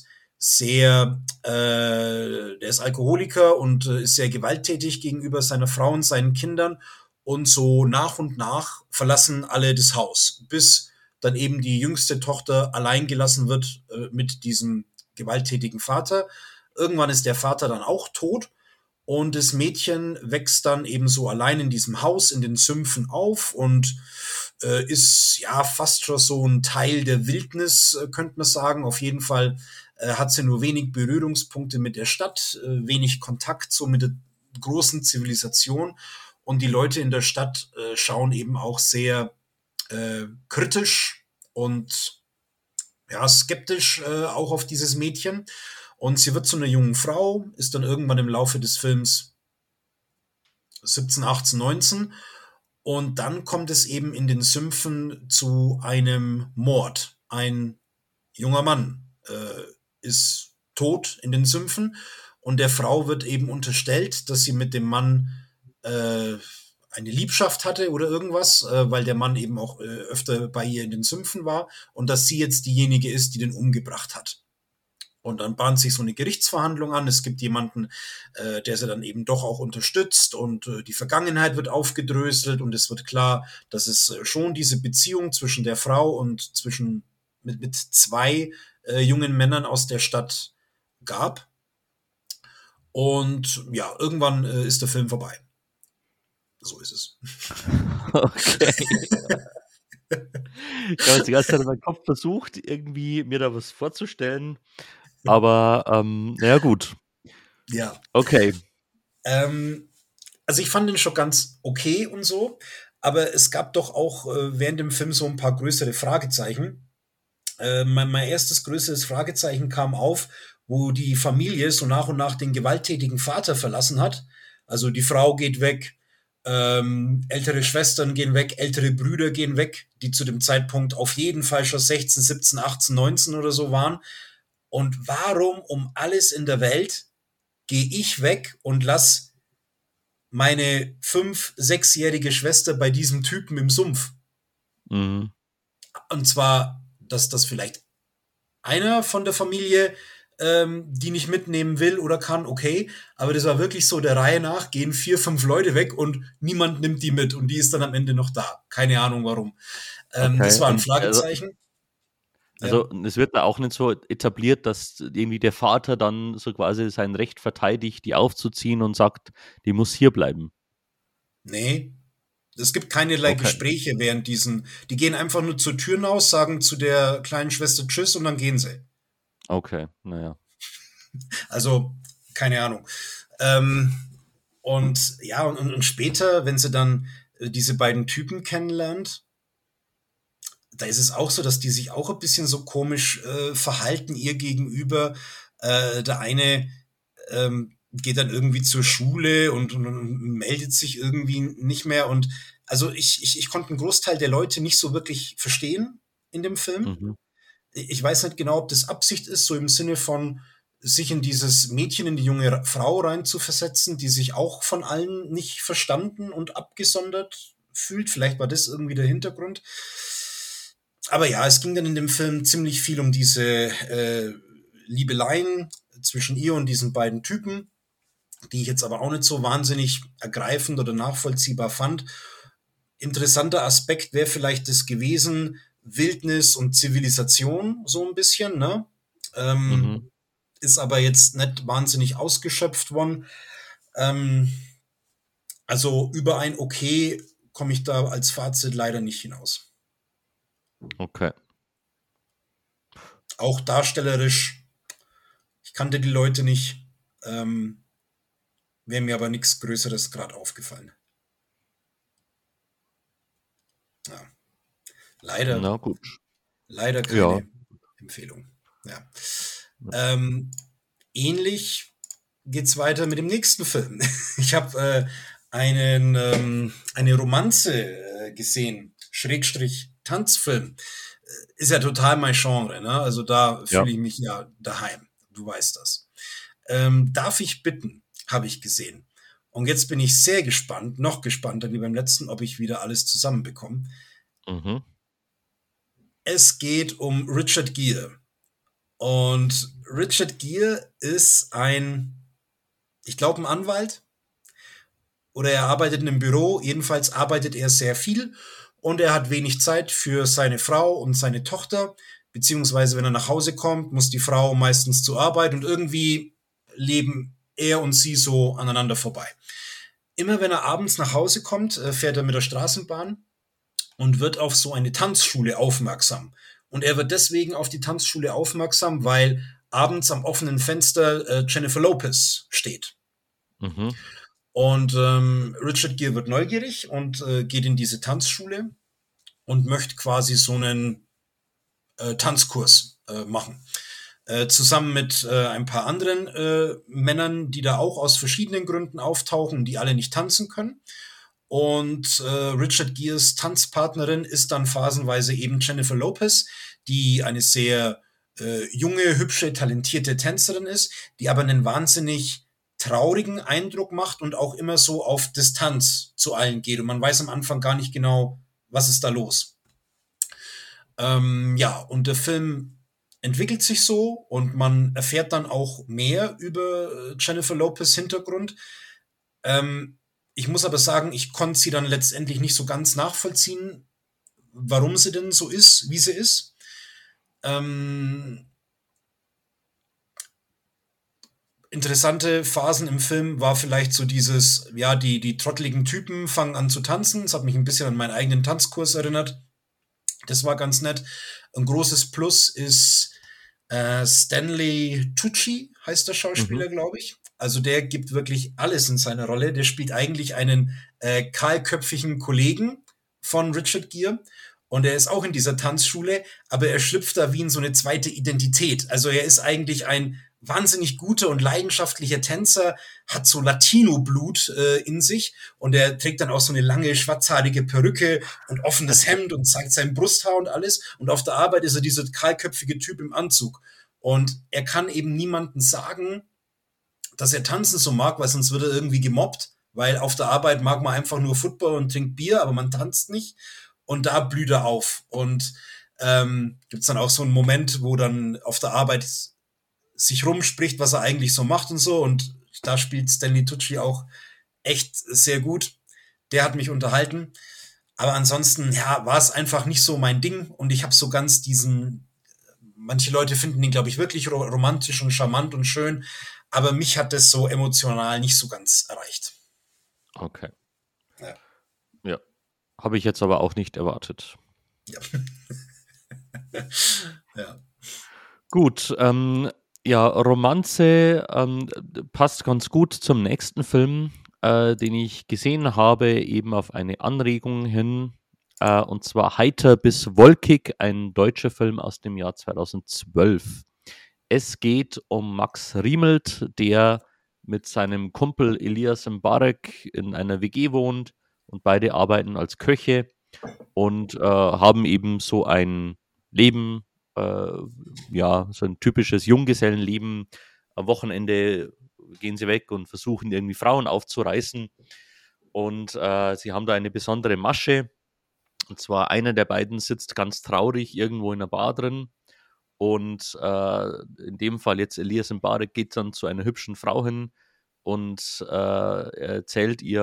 der ist Alkoholiker und ist sehr gewalttätig gegenüber seiner Frau und seinen Kindern. Und so nach und nach verlassen alle das Haus, bis dann eben die jüngste Tochter allein gelassen wird mit diesem gewalttätigen Vater. Irgendwann ist der Vater dann auch tot und das Mädchen wächst dann eben so allein in diesem Haus, in den Sümpfen auf und ist ja fast schon so ein Teil der Wildnis, könnte man sagen. Auf jeden Fall hat sie nur wenig Berührungspunkte mit der Stadt, wenig Kontakt so mit der großen Zivilisation. Und die Leute in der Stadt schauen eben auch sehr kritisch und ja, skeptisch auch auf dieses Mädchen. Und sie wird zu einer jungen Frau, ist dann irgendwann im Laufe des Films 17, 18, 19. Und dann kommt es eben in den Sümpfen zu einem Mord. Ein junger Mann ist tot in den Sümpfen und der Frau wird eben unterstellt, dass sie mit dem Mann eine Liebschaft hatte oder irgendwas, weil der Mann eben auch öfter bei ihr in den Sümpfen war und dass sie jetzt diejenige ist, die den umgebracht hat. Und dann bahnt sich so eine Gerichtsverhandlung an. Es gibt jemanden, der sie dann eben doch auch unterstützt und die Vergangenheit wird aufgedröselt und es wird klar, dass es schon diese Beziehung zwischen der Frau und mit zwei jungen Männern aus der Stadt gab. Und ja, irgendwann ist der Film vorbei. So ist es. Okay. Ich habe jetzt die ganze Zeit in meinem Kopf versucht, irgendwie mir da was vorzustellen. Aber naja, gut. Ja. Okay. Also ich fand den schon ganz okay und so, aber es gab doch auch während dem Film so ein paar größere Fragezeichen. Mein erstes größeres Fragezeichen kam auf, wo die Familie so nach und nach den gewalttätigen Vater verlassen hat. Also die Frau geht weg, ältere Schwestern gehen weg, ältere Brüder gehen weg, die zu dem Zeitpunkt auf jeden Fall schon 16, 17, 18, 19 oder so waren. Und warum um alles in der Welt gehe ich weg und lass meine 5-, 6-jährige Schwester bei diesem Typen im Sumpf? Mhm. Und zwar, dass das vielleicht einer von der Familie die nicht mitnehmen will oder kann, okay. Aber das war wirklich so der Reihe nach, gehen 4, 5 Leute weg und niemand nimmt die mit und die ist dann am Ende noch da. Keine Ahnung warum. Das Okay. war ein Und Fragezeichen. Ja. also es wird da auch nicht so etabliert, dass irgendwie der Vater dann so quasi sein Recht verteidigt, die aufzuziehen und sagt, die muss hier bleiben. Nee, es gibt keinerlei Okay. Gespräche während diesen. Die gehen einfach nur zur Tür hinaus, sagen zu der kleinen Schwester Tschüss und dann gehen sie. Okay, naja. Also, keine Ahnung. Ähm, und ja, und später, wenn sie dann diese beiden Typen kennenlernt, da ist es auch so, dass die sich auch ein bisschen so komisch verhalten ihr gegenüber. Der eine geht dann irgendwie zur Schule und meldet sich irgendwie nicht mehr. Und also ich konnte einen Großteil der Leute nicht so wirklich verstehen in dem Film. Mhm. Ich weiß nicht genau, ob das Absicht ist, so im Sinne von sich in dieses Mädchen, in die junge Frau rein zu versetzen, die sich auch von allen nicht verstanden und abgesondert fühlt. Vielleicht war das irgendwie der Hintergrund. Aber ja, es ging dann in dem Film ziemlich viel um diese Liebeleien zwischen ihr und diesen beiden Typen, die ich jetzt aber auch nicht so wahnsinnig ergreifend oder nachvollziehbar fand. Interessanter Aspekt wäre vielleicht das gewesen, Wildnis und Zivilisation so ein bisschen, ne? Mhm. Ist aber jetzt nicht wahnsinnig ausgeschöpft worden. Ähm, also über ein Okay komme ich da als Fazit leider nicht hinaus. Okay. Auch darstellerisch, ich kannte die Leute nicht, wäre mir aber nichts Größeres gerade aufgefallen. Ja, leider, Na gut. leider Ja. keine Empfehlung. Ja. Ähm, ähnlich geht's weiter mit dem nächsten Film. Ich habe eine Romanze gesehen, Schrägstrich Tanzfilm. Ist ja total mein Genre, ne? Also da Ja. fühle ich mich ja daheim. Du weißt das. Darf ich bitten, habe ich gesehen. Und jetzt bin ich sehr gespannt, noch gespannter wie beim letzten, ob ich wieder alles zusammenbekomme. Mhm. Es geht um Richard Gere. Und Richard Gere ist ich glaube, ein Anwalt oder er arbeitet in einem Büro. Jedenfalls arbeitet er sehr viel und er hat wenig Zeit für seine Frau und seine Tochter. Beziehungsweise, wenn er nach Hause kommt, muss die Frau meistens zur Arbeit und irgendwie leben er und sie so aneinander vorbei. Immer wenn er abends nach Hause kommt, fährt er mit der Straßenbahn und wird auf so eine Tanzschule aufmerksam. Und er wird deswegen auf die Tanzschule aufmerksam, weil abends am offenen Fenster Jennifer Lopez steht. Mhm. Und Richard Gere wird neugierig und geht in diese Tanzschule und möchte quasi so einen Tanzkurs machen. Zusammen mit ein paar anderen Männern, die da auch aus verschiedenen Gründen auftauchen, die alle nicht tanzen können. Und Richard Geres Tanzpartnerin ist dann phasenweise eben Jennifer Lopez, die eine sehr junge, hübsche, talentierte Tänzerin ist, die aber einen wahnsinnig traurigen Eindruck macht und auch immer so auf Distanz zu allen geht. Und man weiß am Anfang gar nicht genau, was ist da los. Ja, und der Film entwickelt sich so und man erfährt dann auch mehr über Jennifer Lopez Hintergrund. Ähm, Ich muss aber sagen, ich konnte sie dann letztendlich nicht so ganz nachvollziehen, warum sie denn so ist, wie sie ist. Ähm, Interessante Phasen im Film war vielleicht so dieses, ja, die trotteligen Typen fangen an zu tanzen. Das hat mich ein bisschen an meinen eigenen Tanzkurs erinnert. Das war ganz nett. Ein großes Plus ist Stanley Tucci, heißt der Mhm. Schauspieler, glaube ich. Also der gibt wirklich alles in seine Rolle. Der spielt eigentlich einen kahlköpfigen Kollegen von Richard Gere. Und er ist auch in dieser Tanzschule, aber er schlüpft da wie in so eine zweite Identität. Also er ist eigentlich ein wahnsinnig guter und leidenschaftlicher Tänzer, hat so Latino-Blut in sich und er trägt dann auch so eine lange schwarzhaarige Perücke und offenes Hemd und zeigt sein Brusthaar und alles. Und auf der Arbeit ist er dieser kahlköpfige Typ im Anzug. Und er kann eben niemandem sagen, dass er Tanzen so mag, weil sonst wird er irgendwie gemobbt. Weil auf der Arbeit mag man einfach nur Football und trinkt Bier, aber man tanzt nicht. Und da blüht er auf. Und gibt es dann auch so einen Moment, wo dann auf der Arbeit sich rumspricht, was er eigentlich so macht und so. Und da spielt Stanley Tucci auch echt sehr gut. Der hat mich unterhalten. Aber ansonsten, ja, war es einfach nicht so mein Ding. Und ich habe so ganz manche Leute finden ihn, glaube ich, wirklich romantisch und charmant und schön. Aber mich hat das so emotional nicht so ganz erreicht. Okay. Ja. Ja. Habe ich jetzt aber auch nicht erwartet. Ja. Ja. Gut, ja, Romanze passt ganz gut zum nächsten Film, den ich gesehen habe, eben auf eine Anregung hin. Und zwar Heiter bis Wolkig, ein deutscher Film aus dem Jahr 2012. Es geht um Max Riemelt, der mit seinem Kumpel Elias Mbarek in einer WG wohnt und beide arbeiten als Köche und haben eben so ein Leben, äh, ja, so ein typisches Junggesellenleben. Am Wochenende gehen sie weg und versuchen irgendwie Frauen aufzureißen. Und sie haben da eine besondere Masche. Und zwar einer der beiden sitzt ganz traurig irgendwo in einer Bar drin. Und in dem Fall jetzt Elias Mbarek geht dann zu einer hübschen Frau hin und erzählt ihr,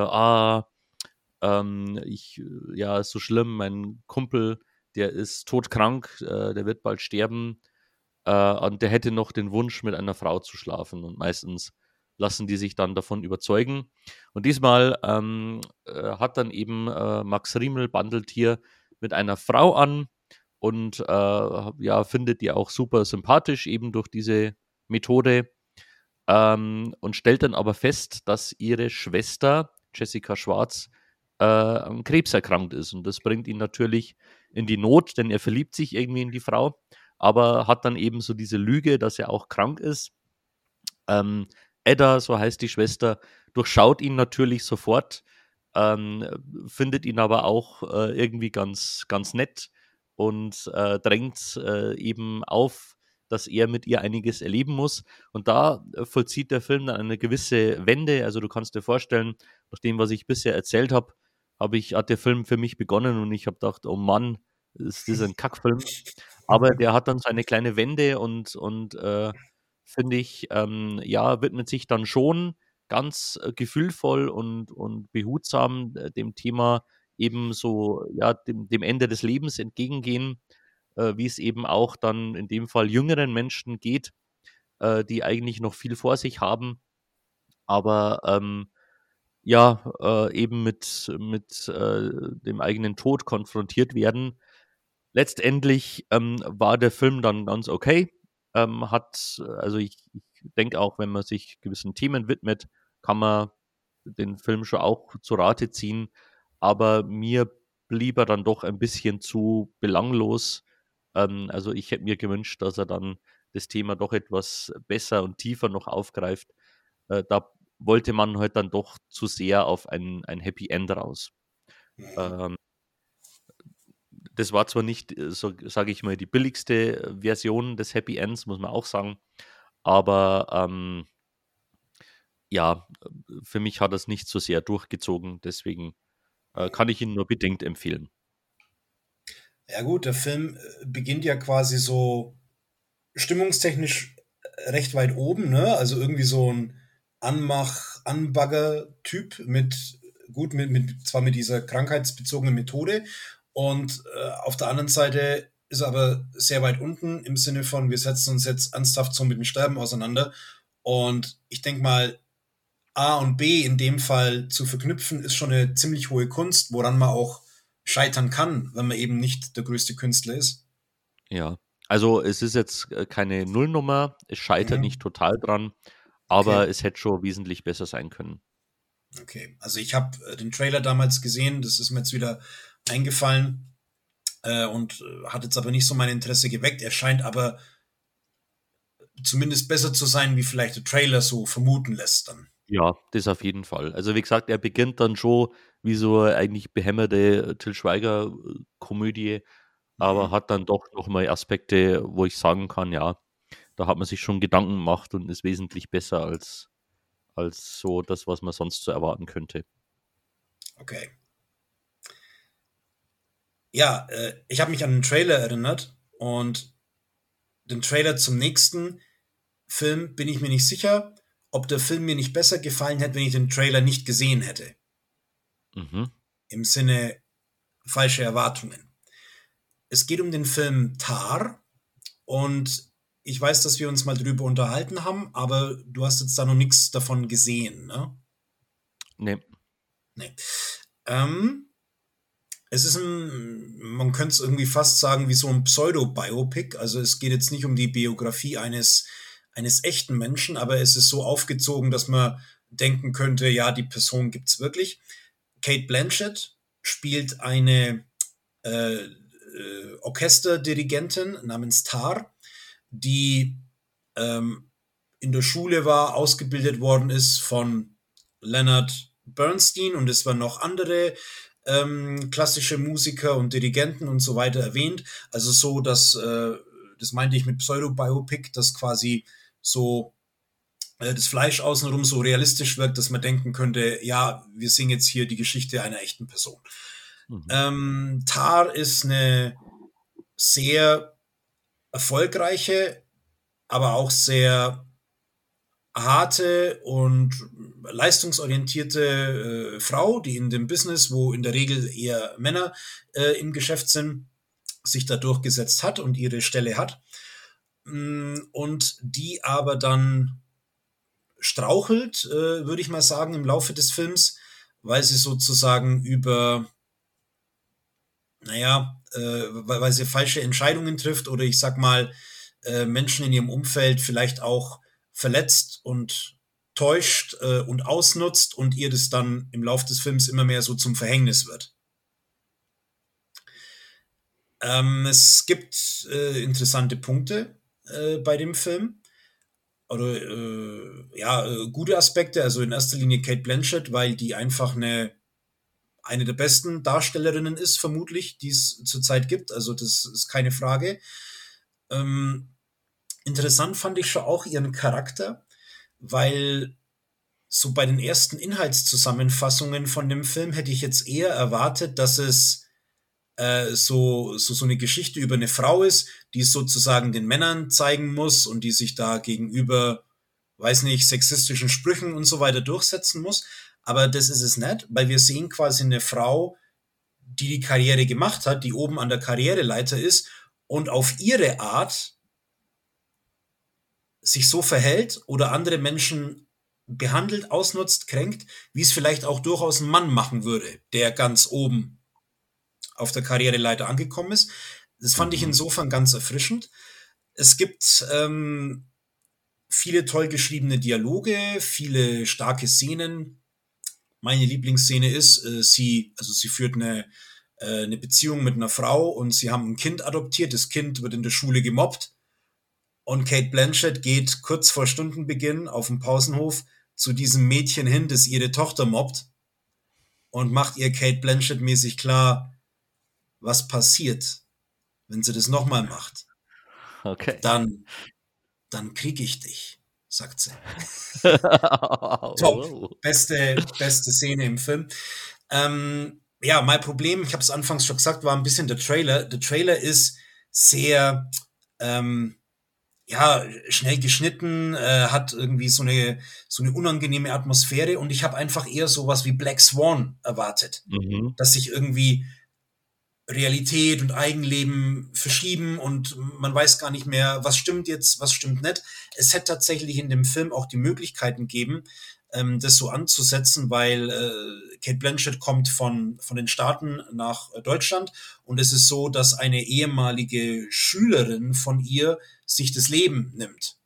ja, ist so schlimm, mein Kumpel, der ist todkrank, der wird bald sterben, und der hätte noch den Wunsch, mit einer Frau zu schlafen. Und meistens lassen die sich dann davon überzeugen. Und diesmal hat dann eben Max Riemel bandelt hier mit einer Frau an und ja, findet die auch super sympathisch, eben durch diese Methode. Und stellt dann aber fest, dass ihre Schwester, Jessica Schwarz, an Krebs erkrankt ist. Und das bringt ihn natürlich in die Not, denn er verliebt sich irgendwie in die Frau, aber hat dann eben so diese Lüge, dass er auch krank ist. Ähm, Edda, so heißt die Schwester, durchschaut ihn natürlich sofort, ähm, findet ihn aber auch irgendwie ganz nett und drängt eben auf, dass er mit ihr einiges erleben muss. Und da vollzieht der Film dann eine gewisse Wende. Also du kannst dir vorstellen, nach dem, was ich bisher erzählt habe, hat der Film für mich begonnen und ich habe gedacht, oh Mann, ist das ein Kackfilm. Aber der hat dann so eine kleine Wende und finde ich, ja, widmet sich dann schon ganz gefühlvoll und behutsam dem Thema eben so, ja, dem Ende des Lebens entgegengehen, wie es eben auch dann in dem Fall jüngeren Menschen geht, die eigentlich noch viel vor sich haben, aber ja, eben mit dem eigenen Tod konfrontiert werden. Letztendlich, war der Film dann ganz okay. Also ich denke auch, wenn man sich gewissen Themen widmet, kann man den Film schon auch zu Rate ziehen. Aber mir blieb er dann doch ein bisschen zu belanglos. Also ich hätte mir gewünscht, dass er dann das Thema doch etwas besser und tiefer noch aufgreift. Da wollte man halt dann doch zu sehr auf ein Happy End raus. Mhm. Ähm, Das war zwar nicht, so sage ich mal, die billigste Version des Happy Ends, muss man auch sagen, aber ja, für mich hat das nicht so sehr durchgezogen, deswegen kann ich ihn nur bedingt empfehlen. Ja gut, der Film beginnt ja quasi so stimmungstechnisch recht weit oben, ne? Also irgendwie so ein Anbagger-Typ zwar mit dieser krankheitsbezogenen Methode und auf der anderen Seite ist er aber sehr weit unten im Sinne von, wir setzen uns jetzt ernsthaft so mit dem Sterben auseinander. Und ich denke mal, A und B in dem Fall zu verknüpfen, ist schon eine ziemlich hohe Kunst, woran man auch scheitern kann, wenn man eben nicht der größte Künstler ist. Ja, also es ist jetzt keine Nullnummer, es scheitert nicht Mhm. total dran, Okay. aber es hätte schon wesentlich besser sein können. Okay, also ich habe den Trailer damals gesehen, das ist mir jetzt wieder eingefallen und hat jetzt aber nicht so mein Interesse geweckt. Er scheint aber zumindest besser zu sein, wie vielleicht der Trailer so vermuten lässt dann. Ja, das auf jeden Fall. Also wie gesagt, er beginnt dann schon wie so eine eigentlich behämmerte Til Schweiger-Komödie, aber Mhm. hat dann doch noch mal Aspekte, wo ich sagen kann, ja, da hat man sich schon Gedanken gemacht und ist wesentlich besser als so das, was man sonst so erwarten könnte. Okay. Ja, ich habe mich an den Trailer erinnert und den Trailer zum nächsten Film bin ich mir nicht sicher, ob der Film mir nicht besser gefallen hätte, wenn ich den Trailer nicht gesehen hätte. Mhm. Im Sinne falsche Erwartungen. Es geht um den Film Tar und ich weiß, dass wir uns mal drüber unterhalten haben, aber du hast jetzt da noch nichts davon gesehen, ne? Ne, Nee. Ähm, Es ist man könnte es irgendwie fast sagen, wie so ein Pseudo-Biopic. Also es geht jetzt nicht um die Biografie eines echten Menschen, aber es ist so aufgezogen, dass man denken könnte, ja, die Person gibt's wirklich. Kate Blanchett spielt eine Orchesterdirigentin namens Tar, die ähm, in der Schule war, ausgebildet worden ist von Leonard Bernstein und es waren noch andere klassische Musiker und Dirigenten und so weiter erwähnt. Also so, dass, das meinte ich mit Pseudo-Biopic, dass quasi so das Fleisch außenrum so realistisch wirkt, dass man denken könnte, ja, wir sehen jetzt hier die Geschichte einer echten Person. mhm. Tar ist eine sehr erfolgreiche, aber auch sehr harte und leistungsorientierte Frau, die in dem Business, wo in der Regel eher Männer im Geschäft sind, sich da durchgesetzt hat und ihre Stelle hat. Und die aber dann strauchelt, würde ich mal sagen, im Laufe des Films, weil sie sozusagen weil sie falsche Entscheidungen trifft oder ich sag mal, Menschen in ihrem Umfeld vielleicht auch verletzt und täuscht und ausnutzt und ihr das dann im Laufe des Films immer mehr so zum Verhängnis wird. Es gibt interessante Punkte bei dem Film oder gute Aspekte. Also in erster Linie Kate Blanchett, weil die einfach eine der besten Darstellerinnen ist, vermutlich, die es zurzeit gibt. Also das ist keine Frage. Ähm, Interessant fand ich schon auch ihren Charakter, weil so bei den ersten Inhaltszusammenfassungen von dem Film hätte ich jetzt eher erwartet, dass es so eine Geschichte über eine Frau ist, die es sozusagen den Männern zeigen muss und die sich da gegenüber, weiß nicht, sexistischen Sprüchen und so weiter durchsetzen muss. Aber das ist es nicht, weil wir sehen quasi eine Frau, die Karriere gemacht hat, die oben an der Karriereleiter ist und auf ihre Art sich so verhält oder andere Menschen behandelt, ausnutzt, kränkt, wie es vielleicht auch durchaus ein Mann machen würde, der ganz oben auf der Karriereleiter angekommen ist. Das fand ich Mhm. insofern ganz erfrischend. Es gibt viele toll geschriebene Dialoge, viele starke Szenen. Meine Lieblingsszene ist, sie führt eine Beziehung mit einer Frau und sie haben ein Kind adoptiert. Das Kind wird in der Schule gemobbt und Kate Blanchett geht kurz vor Stundenbeginn auf dem Pausenhof zu diesem Mädchen hin, das ihre Tochter mobbt und macht ihr Kate Blanchett mäßig klar, was passiert, wenn sie das nochmal macht. Okay. Dann, dann krieg ich dich, sagt sie. Top. Wow. Beste Szene im Film. Ja, mein Problem, ich habe es anfangs schon gesagt, war ein bisschen der Trailer. Der Trailer ist sehr, ähm, ja, schnell geschnitten, hat irgendwie so eine unangenehme Atmosphäre und ich habe einfach eher sowas wie Black Swan erwartet. Mhm. Dass sich irgendwie Realität und Eigenleben verschieben und man weiß gar nicht mehr, was stimmt jetzt, was stimmt nicht. Es hätte tatsächlich in dem Film auch die Möglichkeiten geben, das so anzusetzen, weil Kate Blanchett kommt von den Staaten nach Deutschland und es ist so, dass eine ehemalige Schülerin von ihr sich das Leben nimmt.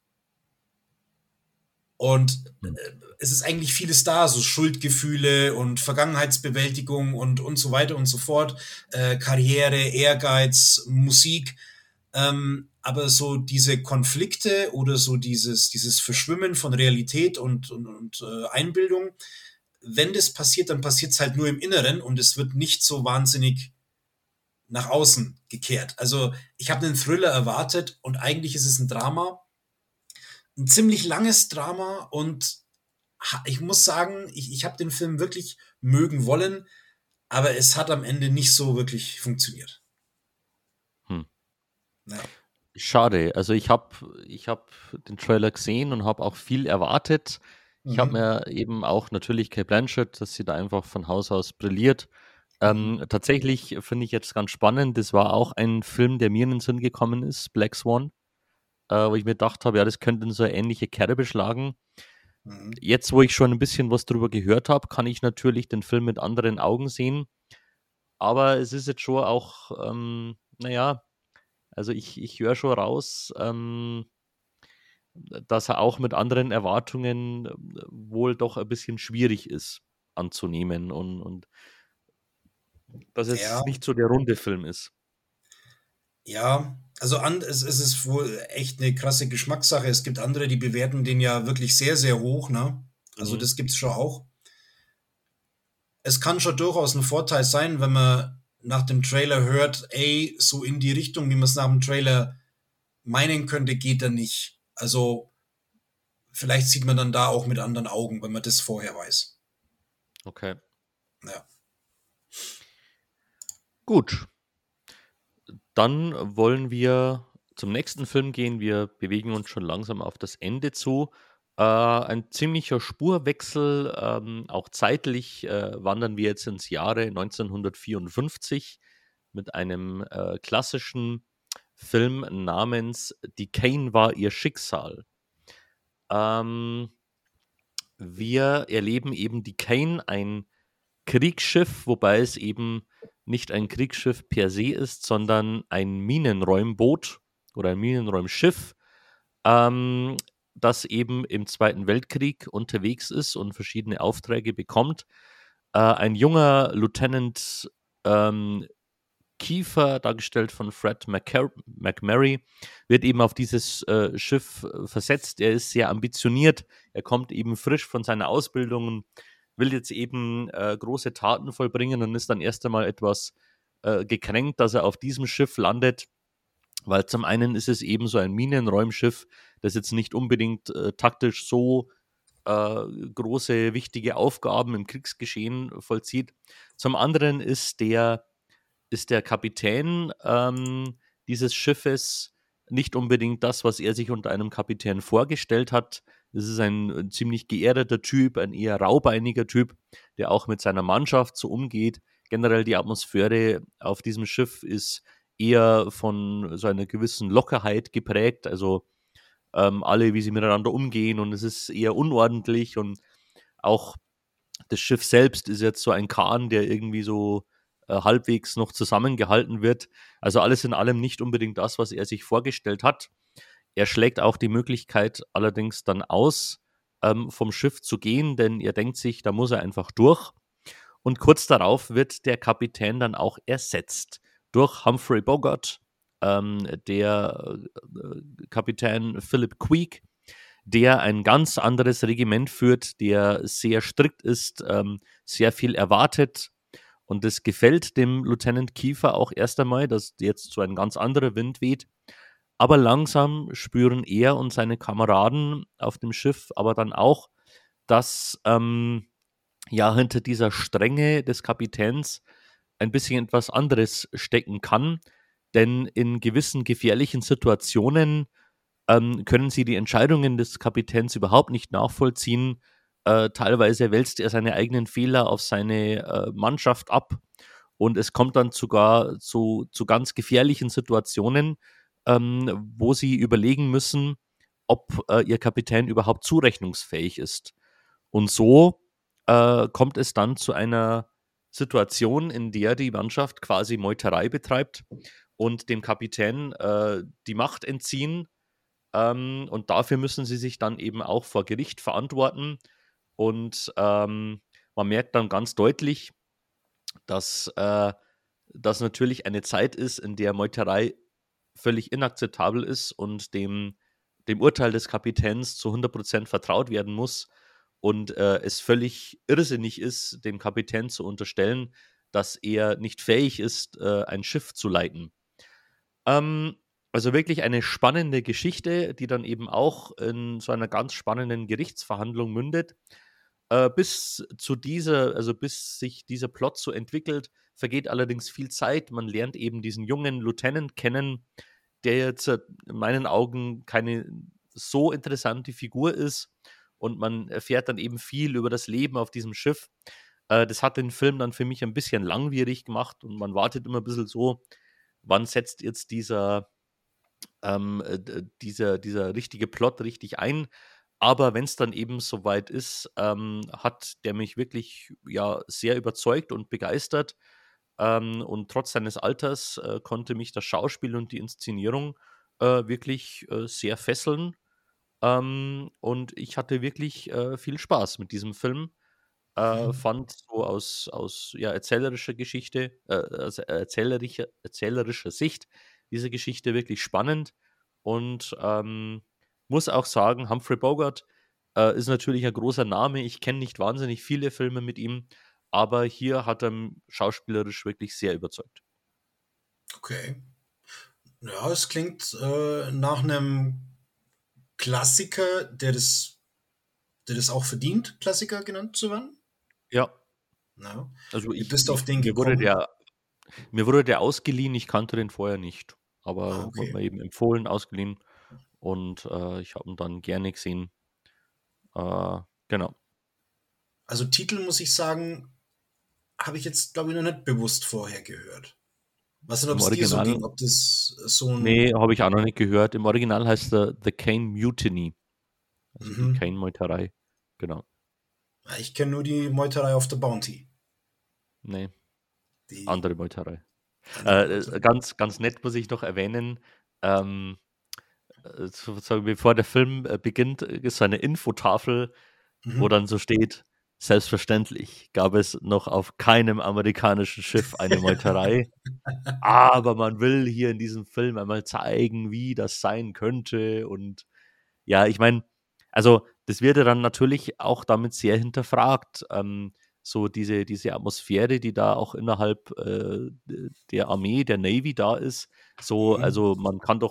Und Hm. es ist eigentlich vieles da, so Schuldgefühle und Vergangenheitsbewältigung und so weiter und so fort, Karriere, Ehrgeiz, Musik. Aber so diese Konflikte oder so dieses Verschwimmen von Realität und Einbildung, wenn das passiert, dann passiert es halt nur im Inneren und es wird nicht so wahnsinnig nach außen gekehrt. Also ich habe einen Thriller erwartet und eigentlich ist es ein Drama, ein ziemlich langes Drama und ich muss sagen, ich habe den Film wirklich mögen wollen, aber es hat am Ende nicht so wirklich funktioniert. Hm. Ja. Schade. Also ich hab den Trailer gesehen und habe auch viel erwartet. Ich habe Mhm. mir eben auch natürlich Cate Blanchett, dass sie da einfach von Haus aus brilliert. Mhm. Tatsächlich finde ich jetzt ganz spannend, das war auch ein Film, der mir in den Sinn gekommen ist, Black Swan, wo ich mir gedacht habe, ja, das könnte in so eine ähnliche Kerbe schlagen. Mhm. Jetzt, wo ich schon ein bisschen was drüber gehört habe, kann ich natürlich den Film mit anderen Augen sehen. Aber es ist jetzt schon auch, naja, also ich höre schon raus, dass er auch mit anderen Erwartungen wohl doch ein bisschen schwierig ist anzunehmen und dass Ja, es nicht so der runde Film ist. ja. Also es ist wohl echt eine krasse Geschmackssache. Es gibt andere, die bewerten den ja wirklich sehr, sehr hoch, ne? Also Mhm. das gibt's schon auch. Es kann schon durchaus ein Vorteil sein, wenn man nach dem Trailer hört, ey, so in die Richtung, wie man es nach dem Trailer meinen könnte, geht er nicht. Also vielleicht sieht man dann da auch mit anderen Augen, wenn man das vorher weiß. Okay. Ja. Gut, dann wollen wir zum nächsten Film gehen. Wir bewegen uns schon langsam auf das Ende zu. Ein ziemlicher Spurwechsel, auch zeitlich wandern wir jetzt ins Jahre 1954 mit einem klassischen Film namens Die Kane war ihr Schicksal. Ähm, Wir erleben eben die Kane, ein Kriegsschiff, wobei es eben nicht ein Kriegsschiff per se ist, sondern ein Minenräumboot oder ein Minenräumschiff, ähm, das eben im Zweiten Weltkrieg unterwegs ist und verschiedene Aufträge bekommt. Ein junger Lieutenant Kiefer, dargestellt von Fred McMurray, wird eben auf dieses Schiff versetzt. Er ist sehr ambitioniert, er kommt eben frisch von seiner Ausbildung und will jetzt eben große Taten vollbringen und ist dann erst einmal etwas gekränkt, dass er auf diesem Schiff landet, weil zum einen ist es eben so ein Minenräumschiff, das jetzt nicht unbedingt taktisch so große, wichtige Aufgaben im Kriegsgeschehen vollzieht. Zum anderen ist der Kapitän dieses Schiffes nicht unbedingt das, was er sich unter einem Kapitän vorgestellt hat. Es ist ein ziemlich geerdeter Typ, ein eher raubeiniger Typ, der auch mit seiner Mannschaft so umgeht. Generell die Atmosphäre auf diesem Schiff ist eher von so einer gewissen Lockerheit geprägt. Also alle, wie sie miteinander umgehen und es ist eher unordentlich und auch das Schiff selbst ist jetzt so ein Kahn, der irgendwie so halbwegs noch zusammengehalten wird. Also alles in allem nicht unbedingt das, was er sich vorgestellt hat. Er schlägt auch die Möglichkeit allerdings dann aus, vom Schiff zu gehen, denn er denkt sich, da muss er einfach durch. Und kurz darauf wird der Kapitän dann auch ersetzt durch Humphrey Bogart, der Kapitän Philip Queek, der ein ganz anderes Regiment führt, der sehr strikt ist, sehr viel erwartet. Und das gefällt dem Lieutenant Kiefer auch erst einmal, dass jetzt so ein ganz anderer Wind weht. Aber langsam spüren er und seine Kameraden auf dem Schiff aber dann auch, dass ja hinter dieser Strenge des Kapitäns ein bisschen etwas anderes stecken kann. Denn in gewissen gefährlichen Situationen können sie die Entscheidungen des Kapitäns überhaupt nicht nachvollziehen. Teilweise wälzt er seine eigenen Fehler auf seine Mannschaft ab und es kommt dann sogar zu ganz gefährlichen Situationen, wo sie überlegen müssen, ob ihr Kapitän überhaupt zurechnungsfähig ist. Und so kommt es dann zu einer Situation, in der die Mannschaft quasi Meuterei betreibt und dem Kapitän die Macht entziehen, und dafür müssen sie sich dann eben auch vor Gericht verantworten. Und man merkt dann ganz deutlich, dass das natürlich eine Zeit ist, in der Meuterei völlig inakzeptabel ist und dem Urteil des Kapitäns zu 100% vertraut werden muss. Und es völlig irrsinnig ist, dem Kapitän zu unterstellen, dass er nicht fähig ist, ein Schiff zu leiten. Ähm, also wirklich eine spannende Geschichte, die dann eben auch in so einer ganz spannenden Gerichtsverhandlung mündet. Bis sich dieser Plot so entwickelt, vergeht allerdings viel Zeit. Man lernt eben diesen jungen Lieutenant kennen, der jetzt in meinen Augen keine so interessante Figur ist. Und man erfährt dann eben viel über das Leben auf diesem Schiff. Das hat den Film dann für mich ein bisschen langwierig gemacht und man wartet immer ein bisschen so, wann setzt jetzt dieser richtige Plot richtig ein. Aber wenn es dann eben soweit ist, hat der mich wirklich ja sehr überzeugt und begeistert. Und trotz seines Alters konnte mich das Schauspiel und die Inszenierung wirklich sehr fesseln. Und ich hatte wirklich viel Spaß mit diesem Film. Mhm. Fand so aus ja, erzählerischer Geschichte, also erzählerischer Sicht diese Geschichte wirklich spannend und muss auch sagen, Humphrey Bogart ist natürlich ein großer Name. Ich kenne nicht wahnsinnig viele Filme mit ihm, aber hier hat er schauspielerisch wirklich sehr überzeugt. Okay. Ja, es klingt nach einem Klassiker, der das auch verdient, Klassiker genannt zu werden. Ja, Ja. also Wie bist du auf den mir wurde gekommen? der ausgeliehen, ich kannte den vorher nicht, Ah, aber wurde okay. mir eben empfohlen, ausgeliehen und ich habe ihn dann gerne gesehen. Genau. Also Titel, muss ich sagen, habe ich jetzt, glaube ich, noch nicht bewusst vorher gehört. Weiß nicht, ob Im es dir so Original ging, ob das so ne, ein... habe ich auch noch nicht gehört. Im Original heißt er „The Caine Mutiny", also die Mhm. Caine-Meuterei. Genau. Ja, ich kenne nur die Meuterei auf der Bounty. Ne, Die andere Meuterei. andere Meuterei. Ganz ganz nett muss ich noch erwähnen, ähm, sozusagen bevor der Film, beginnt, ist so eine Infotafel, wo Mhm. dann so steht: „Selbstverständlich gab es noch auf keinem amerikanischen Schiff eine Meuterei, aber man will hier in diesem Film einmal zeigen, wie das sein könnte." Und ja, ich meine, also, das wird ja dann natürlich auch damit sehr hinterfragt, so diese Atmosphäre, die da auch innerhalb, der Armee, der Navy da ist. So, Mhm. also,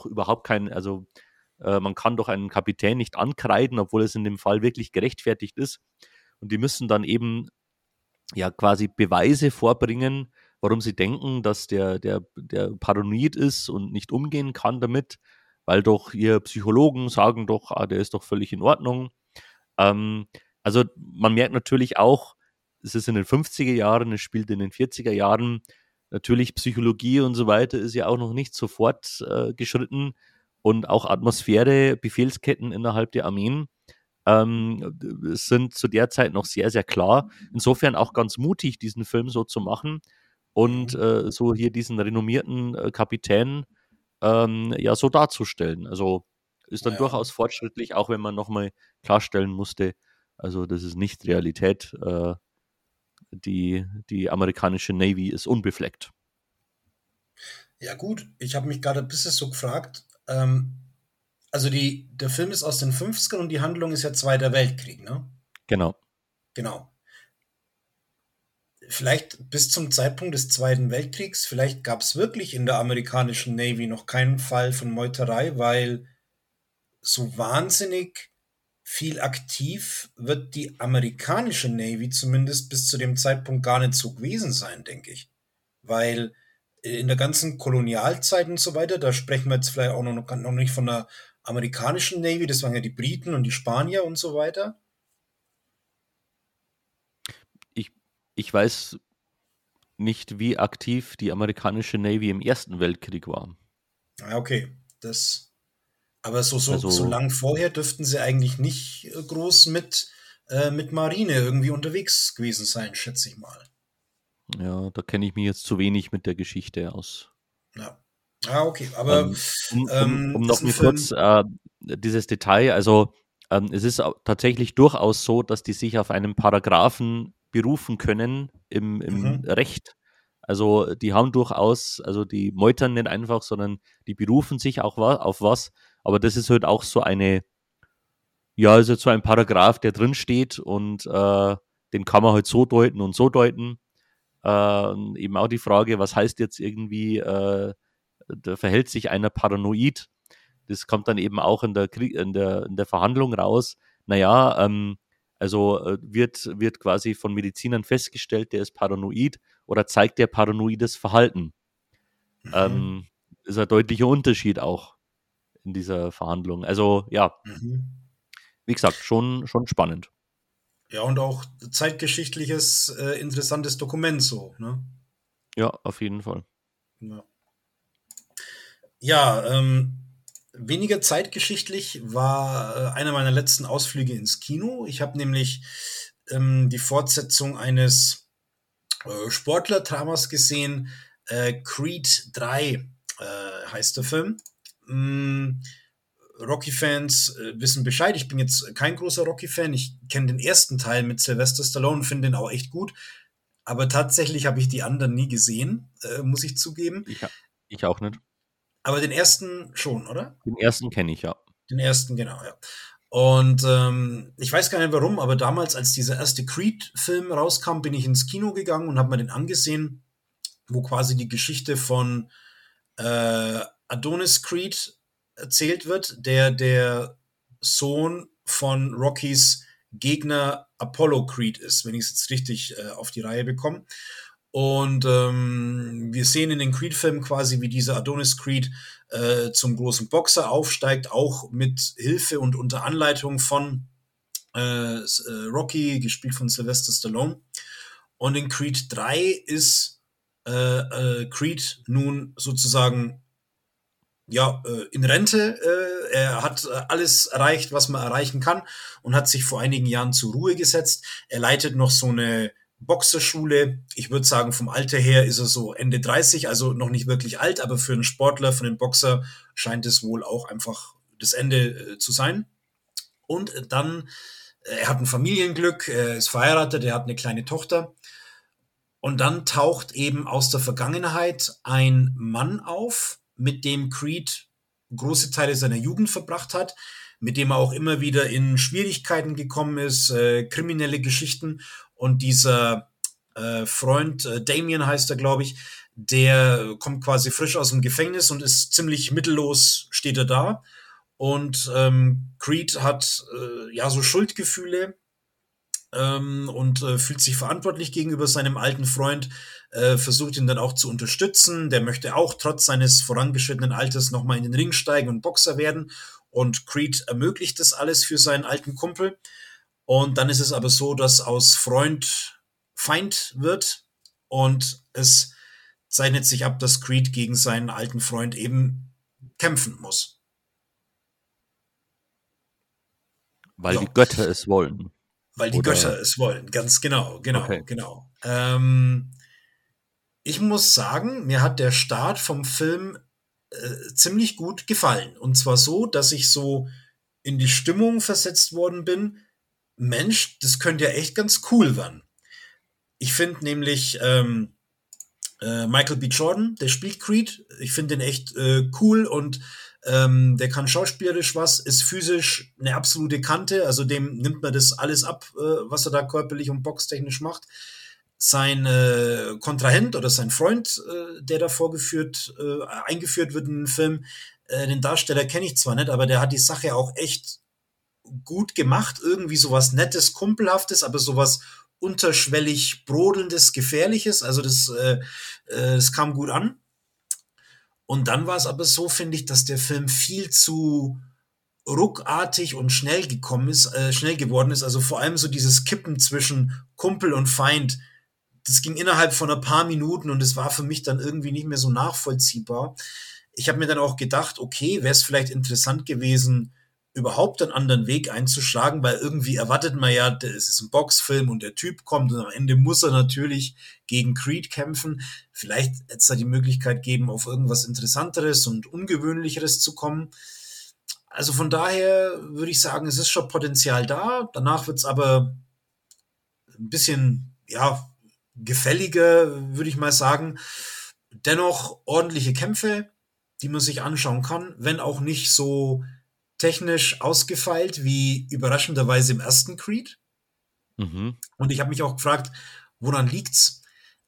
man kann doch einen Kapitän nicht ankreiden, obwohl es in dem Fall wirklich gerechtfertigt ist. Und die müssen dann eben ja quasi Beweise vorbringen, warum sie denken, dass der paranoid ist und nicht umgehen kann damit, weil doch ihr Psychologen sagen doch, der ist doch völlig in Ordnung. Ähm, also man merkt natürlich auch, es ist in den 50er Jahren, es spielt in den 40er Jahren. Natürlich Psychologie und so weiter ist ja auch noch nicht sofort geschritten. und auch Atmosphäre, Befehlsketten innerhalb der Armeen sind zu der Zeit noch sehr, sehr klar. Insofern auch ganz mutig, diesen Film so zu machen und Mhm. so hier diesen renommierten Kapitän ja so darzustellen. Also ist dann Ja. durchaus fortschrittlich, auch wenn man nochmal klarstellen musste, also das ist nicht Realität. Die amerikanische Navy ist unbefleckt. Ja, gut, ich habe mich gerade ein bisschen so gefragt, also der Film ist aus den 50ern und die Handlung ist ja Zweiter Weltkrieg, ne? Genau. Genau. Vielleicht bis zum Zeitpunkt des Zweiten Weltkriegs, vielleicht gab es wirklich in der amerikanischen Navy noch keinen Fall von Meuterei, weil so wahnsinnig viel aktiv wird die amerikanische Navy zumindest bis zu dem Zeitpunkt gar nicht so gewesen sein, denke ich. Weil in der ganzen Kolonialzeit und so weiter, da sprechen wir jetzt vielleicht auch noch nicht von der amerikanischen Navy, das waren ja die Briten und die Spanier und so weiter. Ich, ich weiß nicht, wie aktiv die amerikanische Navy im Ersten Weltkrieg war. Ja, okay. Aber so Also lang vorher dürften sie eigentlich nicht groß mit Marine irgendwie unterwegs gewesen sein, schätze ich mal. ja, da kenne ich mich jetzt zu wenig mit der Geschichte aus. Ja. Ah, okay. Aber Um ist noch ein mir kurz Film. dieses Detail, also es ist tatsächlich durchaus so, dass die sich auf einen Paragraphen berufen können im Mhm, Recht. Also die haben durchaus, also die meutern nicht einfach, sondern die berufen sich auch auf was. Aber das ist halt auch so eine, ja, also so ein Paragraph, der drin steht und den kann man halt so deuten und so deuten. Eben auch die Frage, was heißt jetzt irgendwie, da verhält sich einer paranoid? Das kommt dann eben auch in der Verhandlung raus. Naja, also wird quasi von Medizinern festgestellt, der ist paranoid oder zeigt der paranoides Verhalten. mhm, Ähm, ist ein deutlicher Unterschied auch in dieser Verhandlung. Also ja, mhm. wie gesagt, schon spannend. Ja, und auch zeitgeschichtliches interessantes Dokument so, ne? Ja, auf jeden Fall. Ja, ja weniger zeitgeschichtlich war einer meiner letzten Ausflüge ins Kino. Ich habe nämlich die Fortsetzung eines Sportler-Dramas gesehen. Creed 3 heißt der Film. Mm, Rocky-Fans wissen Bescheid. Ich bin jetzt kein großer Rocky-Fan. Ich kenne den ersten Teil mit Sylvester Stallone und finde den auch echt gut. Aber tatsächlich habe ich die anderen nie gesehen, muss ich zugeben. Ich, ich auch nicht. Aber den ersten schon, oder? Den ersten kenne ich ja. Den ersten, genau, ja. Und ich weiß gar nicht warum, aber damals, als dieser erste Creed-Film rauskam, bin ich ins Kino gegangen und habe mir den angesehen, wo quasi die Geschichte von Adonis Creed erzählt wird, der Sohn von Rockys Gegner Apollo Creed ist, wenn ich es jetzt richtig auf die Reihe bekomme. Und wir sehen in den Creed-Filmen quasi, wie dieser Adonis Creed zum großen Boxer aufsteigt, auch mit Hilfe und unter Anleitung von Rocky, gespielt von Sylvester Stallone. Und in Creed 3 ist Creed nun sozusagen ja, in Rente. Er hat alles erreicht, was man erreichen kann und hat sich vor einigen Jahren zur Ruhe gesetzt. Er leitet noch so eine Boxerschule. Ich würde sagen, vom Alter her ist er so Ende 30, also noch nicht wirklich alt, aber für einen Sportler, für einen Boxer scheint es wohl auch einfach das Ende zu sein. Und dann, er hat ein Familienglück, er ist verheiratet, er hat eine kleine Tochter. Und dann taucht eben aus der Vergangenheit ein Mann auf, mit dem Creed große Teile seiner Jugend verbracht hat, mit dem er auch immer wieder in Schwierigkeiten gekommen ist, kriminelle Geschichten. Und dieser Freund, Damien heißt er, glaube ich, der kommt quasi frisch aus dem Gefängnis und ist ziemlich mittellos, steht er da. Und Creed hat ja so Schuldgefühle und fühlt sich verantwortlich gegenüber seinem alten Freund, versucht ihn dann auch zu unterstützen. Der möchte auch trotz seines vorangeschrittenen Alters nochmal in den Ring steigen und Boxer werden. Und Creed ermöglicht das alles für seinen alten Kumpel. Und dann ist es aber so, dass aus Freund Feind wird und es zeichnet sich ab, dass Creed gegen seinen alten Freund eben kämpfen muss. Weil die Ja, Götter es wollen. weil die Oder, Götter es wollen. Ganz genau, okay. genau, genau. Ich muss sagen, mir hat der Start vom Film ziemlich gut gefallen. Und zwar so, dass ich so in die Stimmung versetzt worden bin. Mensch, das könnte ja echt ganz cool werden. Ich finde nämlich Michael B. Jordan, der spielt Creed. Ich finde den echt cool und der kann schauspielerisch was, ist physisch eine absolute Kante. Also dem nimmt man das alles ab, was er da körperlich und boxtechnisch macht. Sein Kontrahent oder sein Freund, der da eingeführt wird in den Film, den Darsteller kenne ich zwar nicht, aber der hat die Sache auch echt gut gemacht, irgendwie sowas Nettes, Kumpelhaftes, aber sowas unterschwellig Brodelndes, Gefährliches. Also das kam gut an. Und dann war es aber so, finde ich, dass der Film viel zu ruckartig und schnell geworden ist. Also vor allem so dieses Kippen zwischen Kumpel und Feind. Das ging innerhalb von ein paar Minuten und es war für mich dann irgendwie nicht mehr so nachvollziehbar. Ich habe mir dann auch gedacht, okay, wäre es vielleicht interessant gewesen, überhaupt einen anderen Weg einzuschlagen, weil irgendwie erwartet man ja, es ist ein Boxfilm und der Typ kommt und am Ende muss er natürlich gegen Creed kämpfen. Vielleicht hätte es da die Möglichkeit geben, auf irgendwas Interessanteres und Ungewöhnlicheres zu kommen. Also von daher würde ich sagen, es ist schon Potenzial da. Danach wird es aber ein bisschen, ja, gefälliger, würde ich mal sagen. Dennoch ordentliche Kämpfe, die man sich anschauen kann, wenn auch nicht so technisch ausgefeilt wie überraschenderweise im ersten Creed. Mhm. Und ich habe mich auch gefragt, woran liegt's?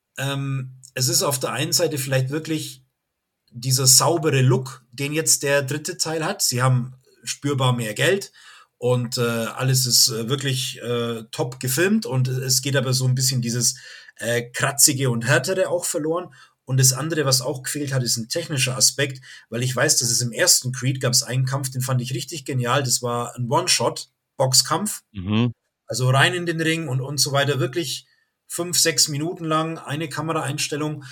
Es ist auf der einen Seite vielleicht wirklich dieser saubere Look, den jetzt der dritte Teil hat. Sie haben spürbar mehr Geld und alles ist wirklich top gefilmt und es geht aber so ein bisschen dieses kratzige und härtere auch verloren. Und das andere, was auch gefehlt hat, ist ein technischer Aspekt, weil ich weiß, dass es im ersten Creed gab es einen Kampf, den fand ich richtig genial. Das war ein One-Shot, Boxkampf, Mhm. also rein in den Ring und so weiter. Wirklich 5, 6 Minuten lang eine Kameraeinstellung.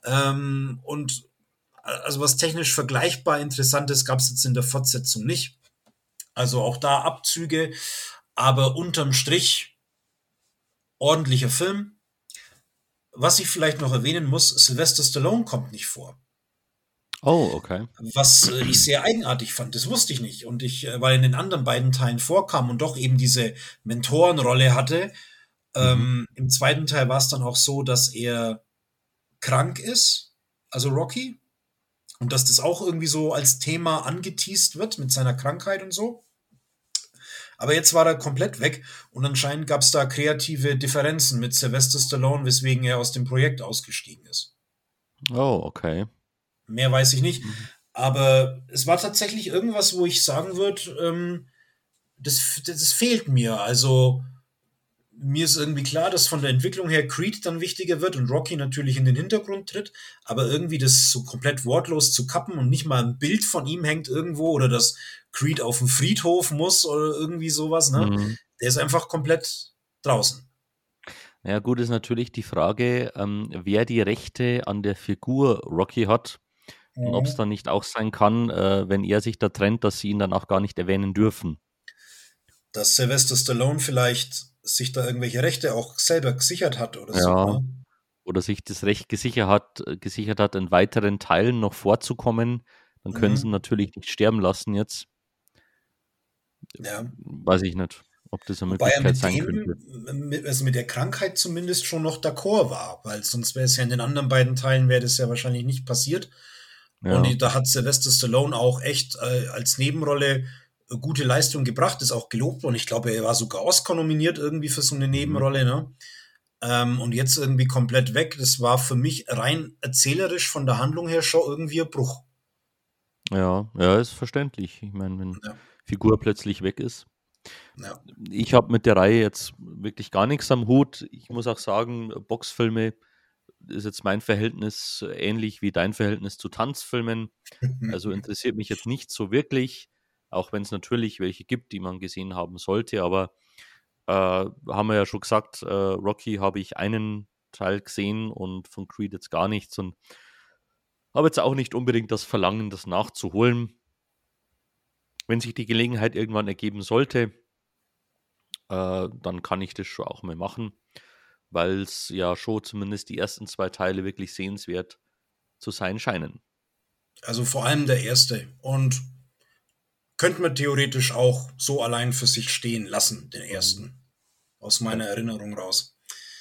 Und also was technisch vergleichbar Interessantes gab es jetzt in der Fortsetzung nicht. Also auch da Abzüge, aber unterm Strich ordentlicher Film. Was ich vielleicht noch erwähnen muss, Sylvester Stallone kommt nicht vor. Oh, okay. Was ich sehr eigenartig fand, das wusste ich nicht. Und weil in den anderen beiden Teilen vorkam und doch eben diese Mentorenrolle hatte. Mhm. Im zweiten Teil war es dann auch so, dass er krank ist, also Rocky, und dass das auch irgendwie so als Thema angeteased wird mit seiner Krankheit und so. Aber jetzt war er komplett weg und anscheinend gab es da kreative Differenzen mit Sylvester Stallone, weswegen er aus dem Projekt ausgestiegen ist. Oh, okay. Mehr weiß ich nicht. Mhm. Aber es war tatsächlich irgendwas, wo ich sagen würde, das fehlt mir. Also mir ist irgendwie klar, dass von der Entwicklung her Creed dann wichtiger wird und Rocky natürlich in den Hintergrund tritt, aber irgendwie das so komplett wortlos zu kappen und nicht mal ein Bild von ihm hängt irgendwo oder dass Creed auf dem Friedhof muss oder irgendwie sowas, ne? Mhm. Der ist einfach komplett draußen. Ja, gut, ist natürlich die Frage, wer die Rechte an der Figur Rocky hat und ob es Mhm. dann nicht auch sein kann, wenn er sich da trennt, dass sie ihn dann auch gar nicht erwähnen dürfen. Dass Sylvester Stallone vielleicht sich da irgendwelche Rechte auch selber gesichert hat oder so, Ja, ne? oder sich das Recht gesichert hat, in weiteren Teilen noch vorzukommen, dann können sie ihn Mhm. natürlich nicht sterben lassen jetzt. Ja. Weiß ich nicht, ob das eine Wobei er Möglichkeit mit sein könnte. also mit der Krankheit zumindest schon noch d'accord war, weil sonst wäre es ja in den anderen beiden Teilen wäre das ja wahrscheinlich nicht passiert. Und Ja. da hat Sylvester Stallone auch echt als Nebenrolle gute Leistung gebracht, ist auch gelobt worden. Ich glaube, er war sogar Oscar nominiert irgendwie für so eine Mhm. Nebenrolle, ne? Und jetzt irgendwie komplett weg. Das war für mich rein erzählerisch von der Handlung her schon irgendwie ein Bruch. Ja, ja, ist verständlich. Ich meine, wenn Ja, Figur plötzlich weg ist. ja. Ich habe mit der Reihe jetzt wirklich gar nichts am Hut. Ich muss auch sagen, Boxfilme ist jetzt mein Verhältnis ähnlich wie dein Verhältnis zu Tanzfilmen. Also interessiert mich jetzt nicht so wirklich, auch wenn es natürlich welche gibt, die man gesehen haben sollte. Aber haben wir ja schon gesagt, Rocky habe ich einen Teil gesehen und von Creed jetzt gar nichts und habe jetzt auch nicht unbedingt das Verlangen, das nachzuholen. Wenn sich die Gelegenheit irgendwann ergeben sollte, dann kann ich das schon auch mal machen, weil es ja schon zumindest die ersten 2 Teile wirklich sehenswert zu sein scheinen. Also vor allem der erste. Und könnte man theoretisch auch so allein für sich stehen lassen, den Mhm. ersten. Aus Ja. meiner Erinnerung raus.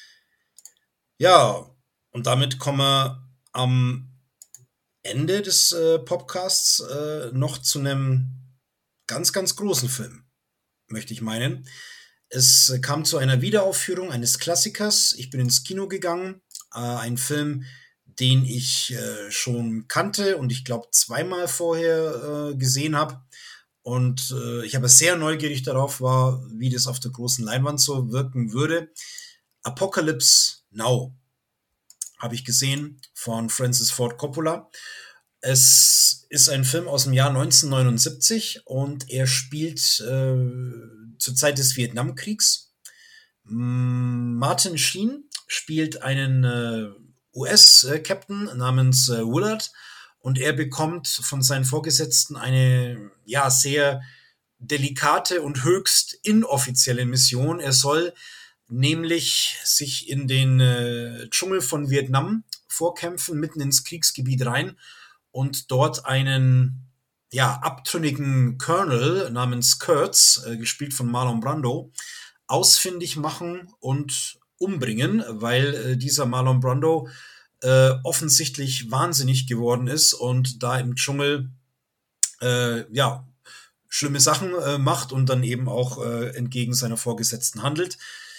Ja, und damit kommen wir am Ende des Podcasts noch zu einem ganz, ganz großen Film, möchte ich meinen. Es kam zu einer Wiederaufführung eines Klassikers. Ich bin ins Kino gegangen. Ein Film, den ich schon kannte und ich glaube zweimal vorher gesehen habe. Und ich aber sehr neugierig darauf war, wie das auf der großen Leinwand so wirken würde. Apocalypse Now habe ich gesehen von Francis Ford Coppola. Es ist ein Film aus dem Jahr 1979 und er spielt zur Zeit des Vietnamkriegs. Martin Sheen spielt einen US-Captain namens Willard und er bekommt von seinen Vorgesetzten eine ja sehr delikate und höchst inoffizielle Mission. Er soll nämlich sich in den Dschungel von Vietnam vorkämpfen, mitten ins Kriegsgebiet rein und dort einen ja, abtrünnigen Colonel namens Kurtz, gespielt von Marlon Brando, ausfindig machen und umbringen, weil dieser Marlon Brando offensichtlich wahnsinnig geworden ist und da im Dschungel ja schlimme Sachen macht und dann eben auch entgegen seiner Vorgesetzten handelt.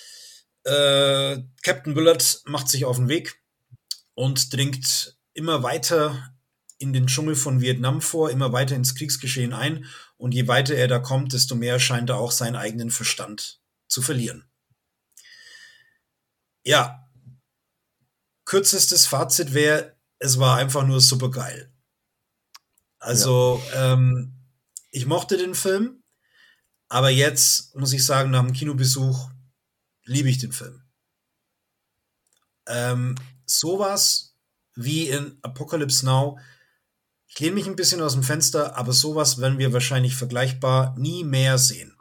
Captain Willard macht sich auf den Weg und dringt immer weiter in den Dschungel von Vietnam vor, immer weiter ins Kriegsgeschehen ein. Und je weiter er da kommt, desto mehr scheint er auch seinen eigenen Verstand zu verlieren. Ja, kürzestes Fazit wäre, es war einfach nur super geil. Ja. Also, ich mochte den Film, aber jetzt muss ich sagen, nach dem Kinobesuch liebe ich den Film. Sowas wie in Apocalypse Now, ich lehne mich ein bisschen aus dem Fenster, aber sowas werden wir wahrscheinlich vergleichbar nie mehr sehen.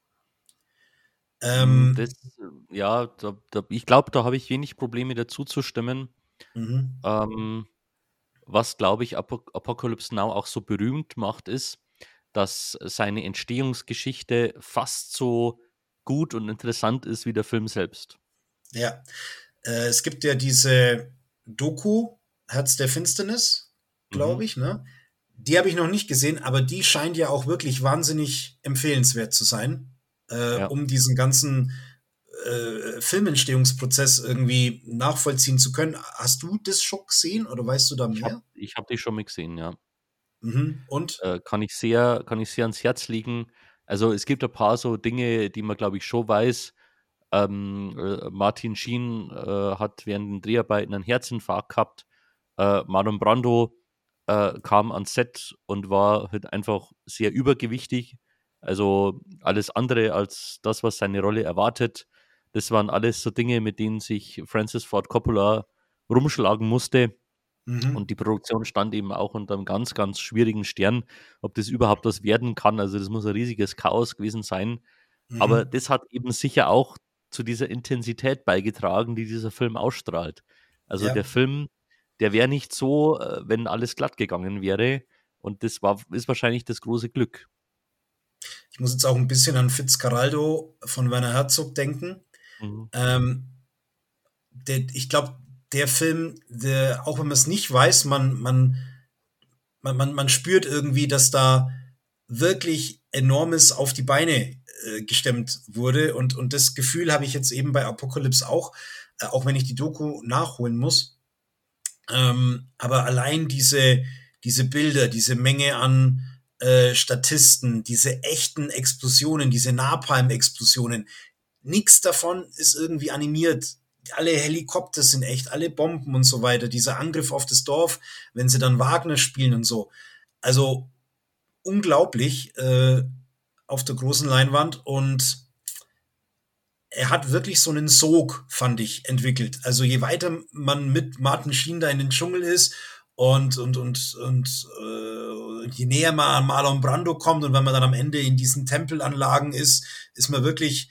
Das, Ähm, ja, ich glaube, da habe ich wenig Probleme dazu zu stimmen. mhm. Ähm, Was, glaube ich, Apocalypse Now auch so berühmt macht, ist, dass seine Entstehungsgeschichte fast so gut und interessant ist wie der Film selbst. Ja, es gibt ja diese Doku, Herz der Finsternis, Mhm. glaube ich, ne? Die habe ich noch nicht gesehen, aber die scheint ja auch wirklich wahnsinnig empfehlenswert zu sein, Ja, um diesen ganzen Filmentstehungsprozess irgendwie nachvollziehen zu können. Hast du das schon gesehen oder weißt du da mehr? ich hab die schon mal gesehen, ja. Mhm. Und? Kann ich sehr ans Herz legen. Also es gibt ein paar so Dinge, die man, glaube ich, schon weiß. Martin Sheen hat während den Dreharbeiten einen Herzinfarkt gehabt. Marlon Brando kam ans Set und war halt einfach sehr übergewichtig. Also alles andere als das, was seine Rolle erwartet. Das waren alles so Dinge, mit denen sich Francis Ford Coppola rumschlagen musste. Mhm. Und die Produktion stand eben auch unter einem ganz, ganz schwierigen Stern, ob das überhaupt was werden kann. Also das muss ein riesiges Chaos gewesen sein. Aber Mhm. das hat eben sicher auch zu dieser Intensität beigetragen, die dieser Film ausstrahlt. Also der Ja. Film, der wäre nicht so, wenn alles glatt gegangen wäre. Und ist wahrscheinlich das große Glück. Ich muss jetzt auch ein bisschen an Fitzcarraldo von Werner Herzog denken. Mhm. Ähm, ich glaube, der Film, auch wenn man es nicht weiß, man spürt irgendwie, dass da wirklich enormes auf die Beine gestemmt wurde. Und das Gefühl habe ich jetzt eben bei Apocalypse auch wenn ich die Doku nachholen muss. Aber allein diese Bilder, diese Menge an Statisten, diese echten Explosionen, diese Napalm-Explosionen, nichts davon ist irgendwie animiert. Alle Helikopter sind echt, alle Bomben und so weiter. Dieser Angriff auf das Dorf, wenn sie dann Wagner spielen und so. Also unglaublich auf der großen Leinwand und er hat wirklich so einen Sog, fand ich, entwickelt. Also je weiter man mit Martin Sheen da in den Dschungel ist und je näher man an Marlon Brando kommt und wenn man dann am Ende in diesen Tempelanlagen ist, ist man wirklich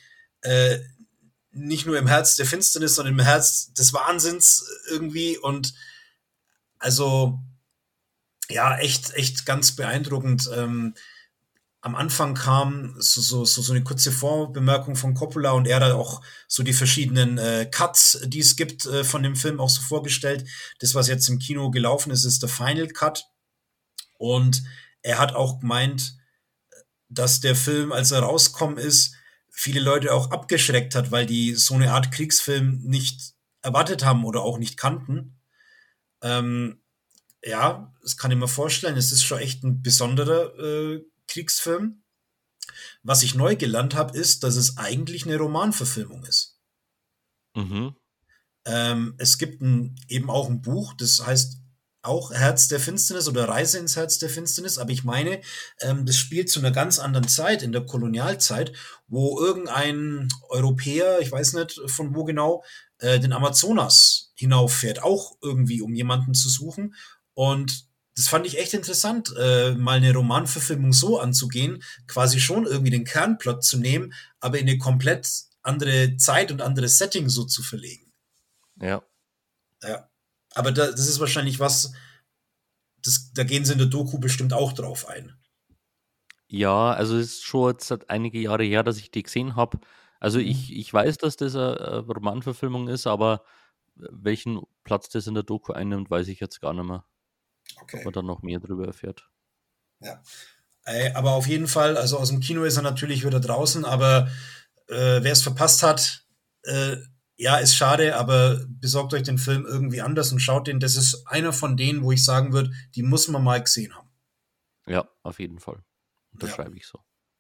äh, nicht nur im Herz der Finsternis, sondern im Herz des Wahnsinns irgendwie. Und also, ja, echt ganz beeindruckend. Am Anfang kam so eine kurze Vorbemerkung von Coppola und er hat auch so die verschiedenen Cuts, die es gibt, von dem Film auch so vorgestellt. Das, was jetzt im Kino gelaufen ist, ist der Final Cut. Und er hat auch gemeint, dass der Film, als er rausgekommen ist, viele Leute auch abgeschreckt hat, weil die so eine Art Kriegsfilm nicht erwartet haben oder auch nicht kannten. Ähm, ja, das kann ich mir vorstellen. Es ist schon echt ein besonderer Kriegsfilm. Was ich neu gelernt habe, ist, dass es eigentlich eine Romanverfilmung ist. Mhm. Es gibt eben auch ein Buch, das heißt auch Herz der Finsternis oder Reise ins Herz der Finsternis, aber ich meine, das spielt zu einer ganz anderen Zeit, in der Kolonialzeit, wo irgendein Europäer, ich weiß nicht von wo genau, den Amazonas hinauffährt, auch irgendwie, um jemanden zu suchen. Und das fand ich echt interessant, mal eine Romanverfilmung so anzugehen, quasi schon irgendwie den Kernplot zu nehmen, aber in eine komplett andere Zeit und anderes Setting so zu verlegen. Ja. Ja. Aber das ist wahrscheinlich was, da gehen sie in der Doku bestimmt auch drauf ein. Ja, also es ist schon jetzt seit einige Jahre her, dass ich die gesehen habe. Also Mhm. ich weiß, dass das eine Romanverfilmung ist, aber welchen Platz das in der Doku einnimmt, weiß ich jetzt gar nicht mehr. Ob Okay. man da noch mehr drüber erfährt. Ja. Aber auf jeden Fall, also aus dem Kino ist er natürlich wieder draußen, aber wer es verpasst hat, äh, ja, ist schade, aber besorgt euch den Film irgendwie anders und schaut den. Das ist einer von denen, wo ich sagen würde, die muss man mal gesehen haben. Ja, auf jeden Fall. Ja. Unterschreibe ich so.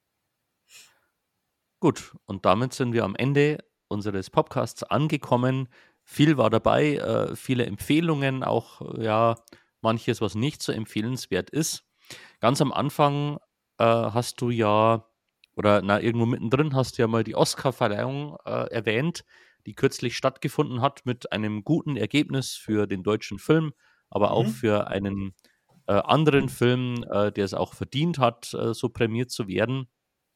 Gut, und damit sind wir am Ende unseres Podcasts angekommen. Viel war dabei, viele Empfehlungen, auch ja, manches, was nicht so empfehlenswert ist. Ganz am Anfang hast du ja, oder na, irgendwo mittendrin hast du ja mal die Oscar-Verleihung erwähnt, die kürzlich stattgefunden hat mit einem guten Ergebnis für den deutschen Film, aber auch Mhm. für einen anderen Film, der es auch verdient hat, so prämiert zu werden.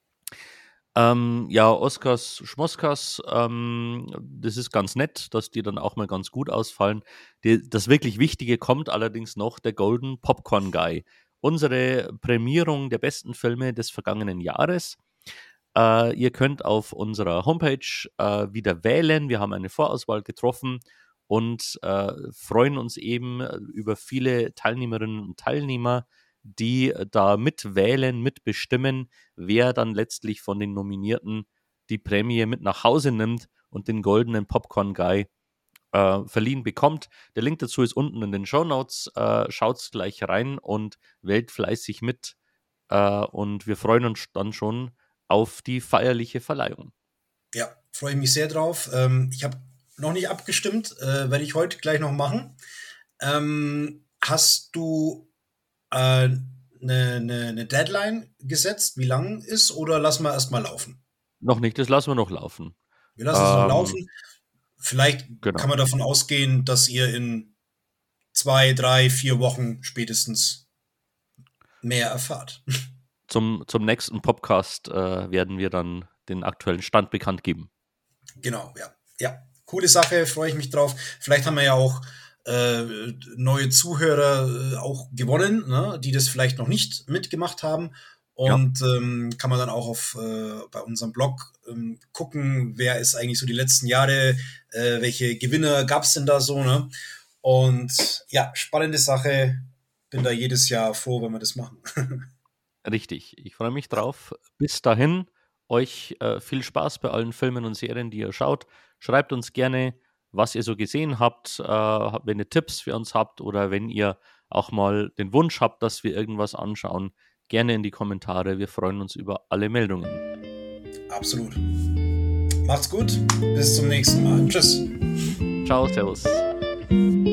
Ja, Oscars, Schmoscas, das ist ganz nett, dass die dann auch mal ganz gut ausfallen. Das wirklich Wichtige kommt allerdings noch, der Golden Popcorn Guy. Unsere Prämierung der besten Filme des vergangenen Jahres. Ihr könnt auf unserer Homepage wieder wählen. Wir haben eine Vorauswahl getroffen und freuen uns eben über viele Teilnehmerinnen und Teilnehmer, die da mitwählen, mitbestimmen, wer dann letztlich von den Nominierten die Prämie mit nach Hause nimmt und den goldenen Popcorn Guy verliehen bekommt. Der Link dazu ist unten in den Shownotes. Schaut's gleich rein und wählt fleißig mit. Und wir freuen uns dann schon auf die feierliche Verleihung. Ja, freue ich mich sehr drauf. Ich habe noch nicht abgestimmt, werde ich heute gleich noch machen. Hast du eine Deadline gesetzt, wie lang ist, oder lassen wir erstmal laufen? Noch nicht, das lassen wir noch laufen. Wir lassen es noch Ähm, laufen. Vielleicht kann genau. man davon ausgehen, dass ihr in 2, 3, 4 Wochen spätestens mehr erfahrt. Zum nächsten Podcast werden wir dann den aktuellen Stand bekannt geben. Genau, ja. Ja, coole Sache, freue ich mich drauf. Vielleicht haben wir ja auch neue Zuhörer auch gewonnen, ne, die das vielleicht noch nicht mitgemacht haben. Ja, Und kann man dann auch bei unserem Blog gucken, wer ist eigentlich so die letzten Jahre, welche Gewinner gab es denn da so, ne? Und ja, spannende Sache. Bin da jedes Jahr froh, wenn wir das machen. richtig. Ich freue mich drauf. Bis dahin, euch viel Spaß bei allen Filmen und Serien, die ihr schaut. Schreibt uns gerne, was ihr so gesehen habt, wenn ihr Tipps für uns habt oder wenn ihr auch mal den Wunsch habt, dass wir irgendwas anschauen. Gerne in die Kommentare. Wir freuen uns über alle Meldungen. Absolut. Macht's gut. Bis zum nächsten Mal. Tschüss. Ciao, Servus.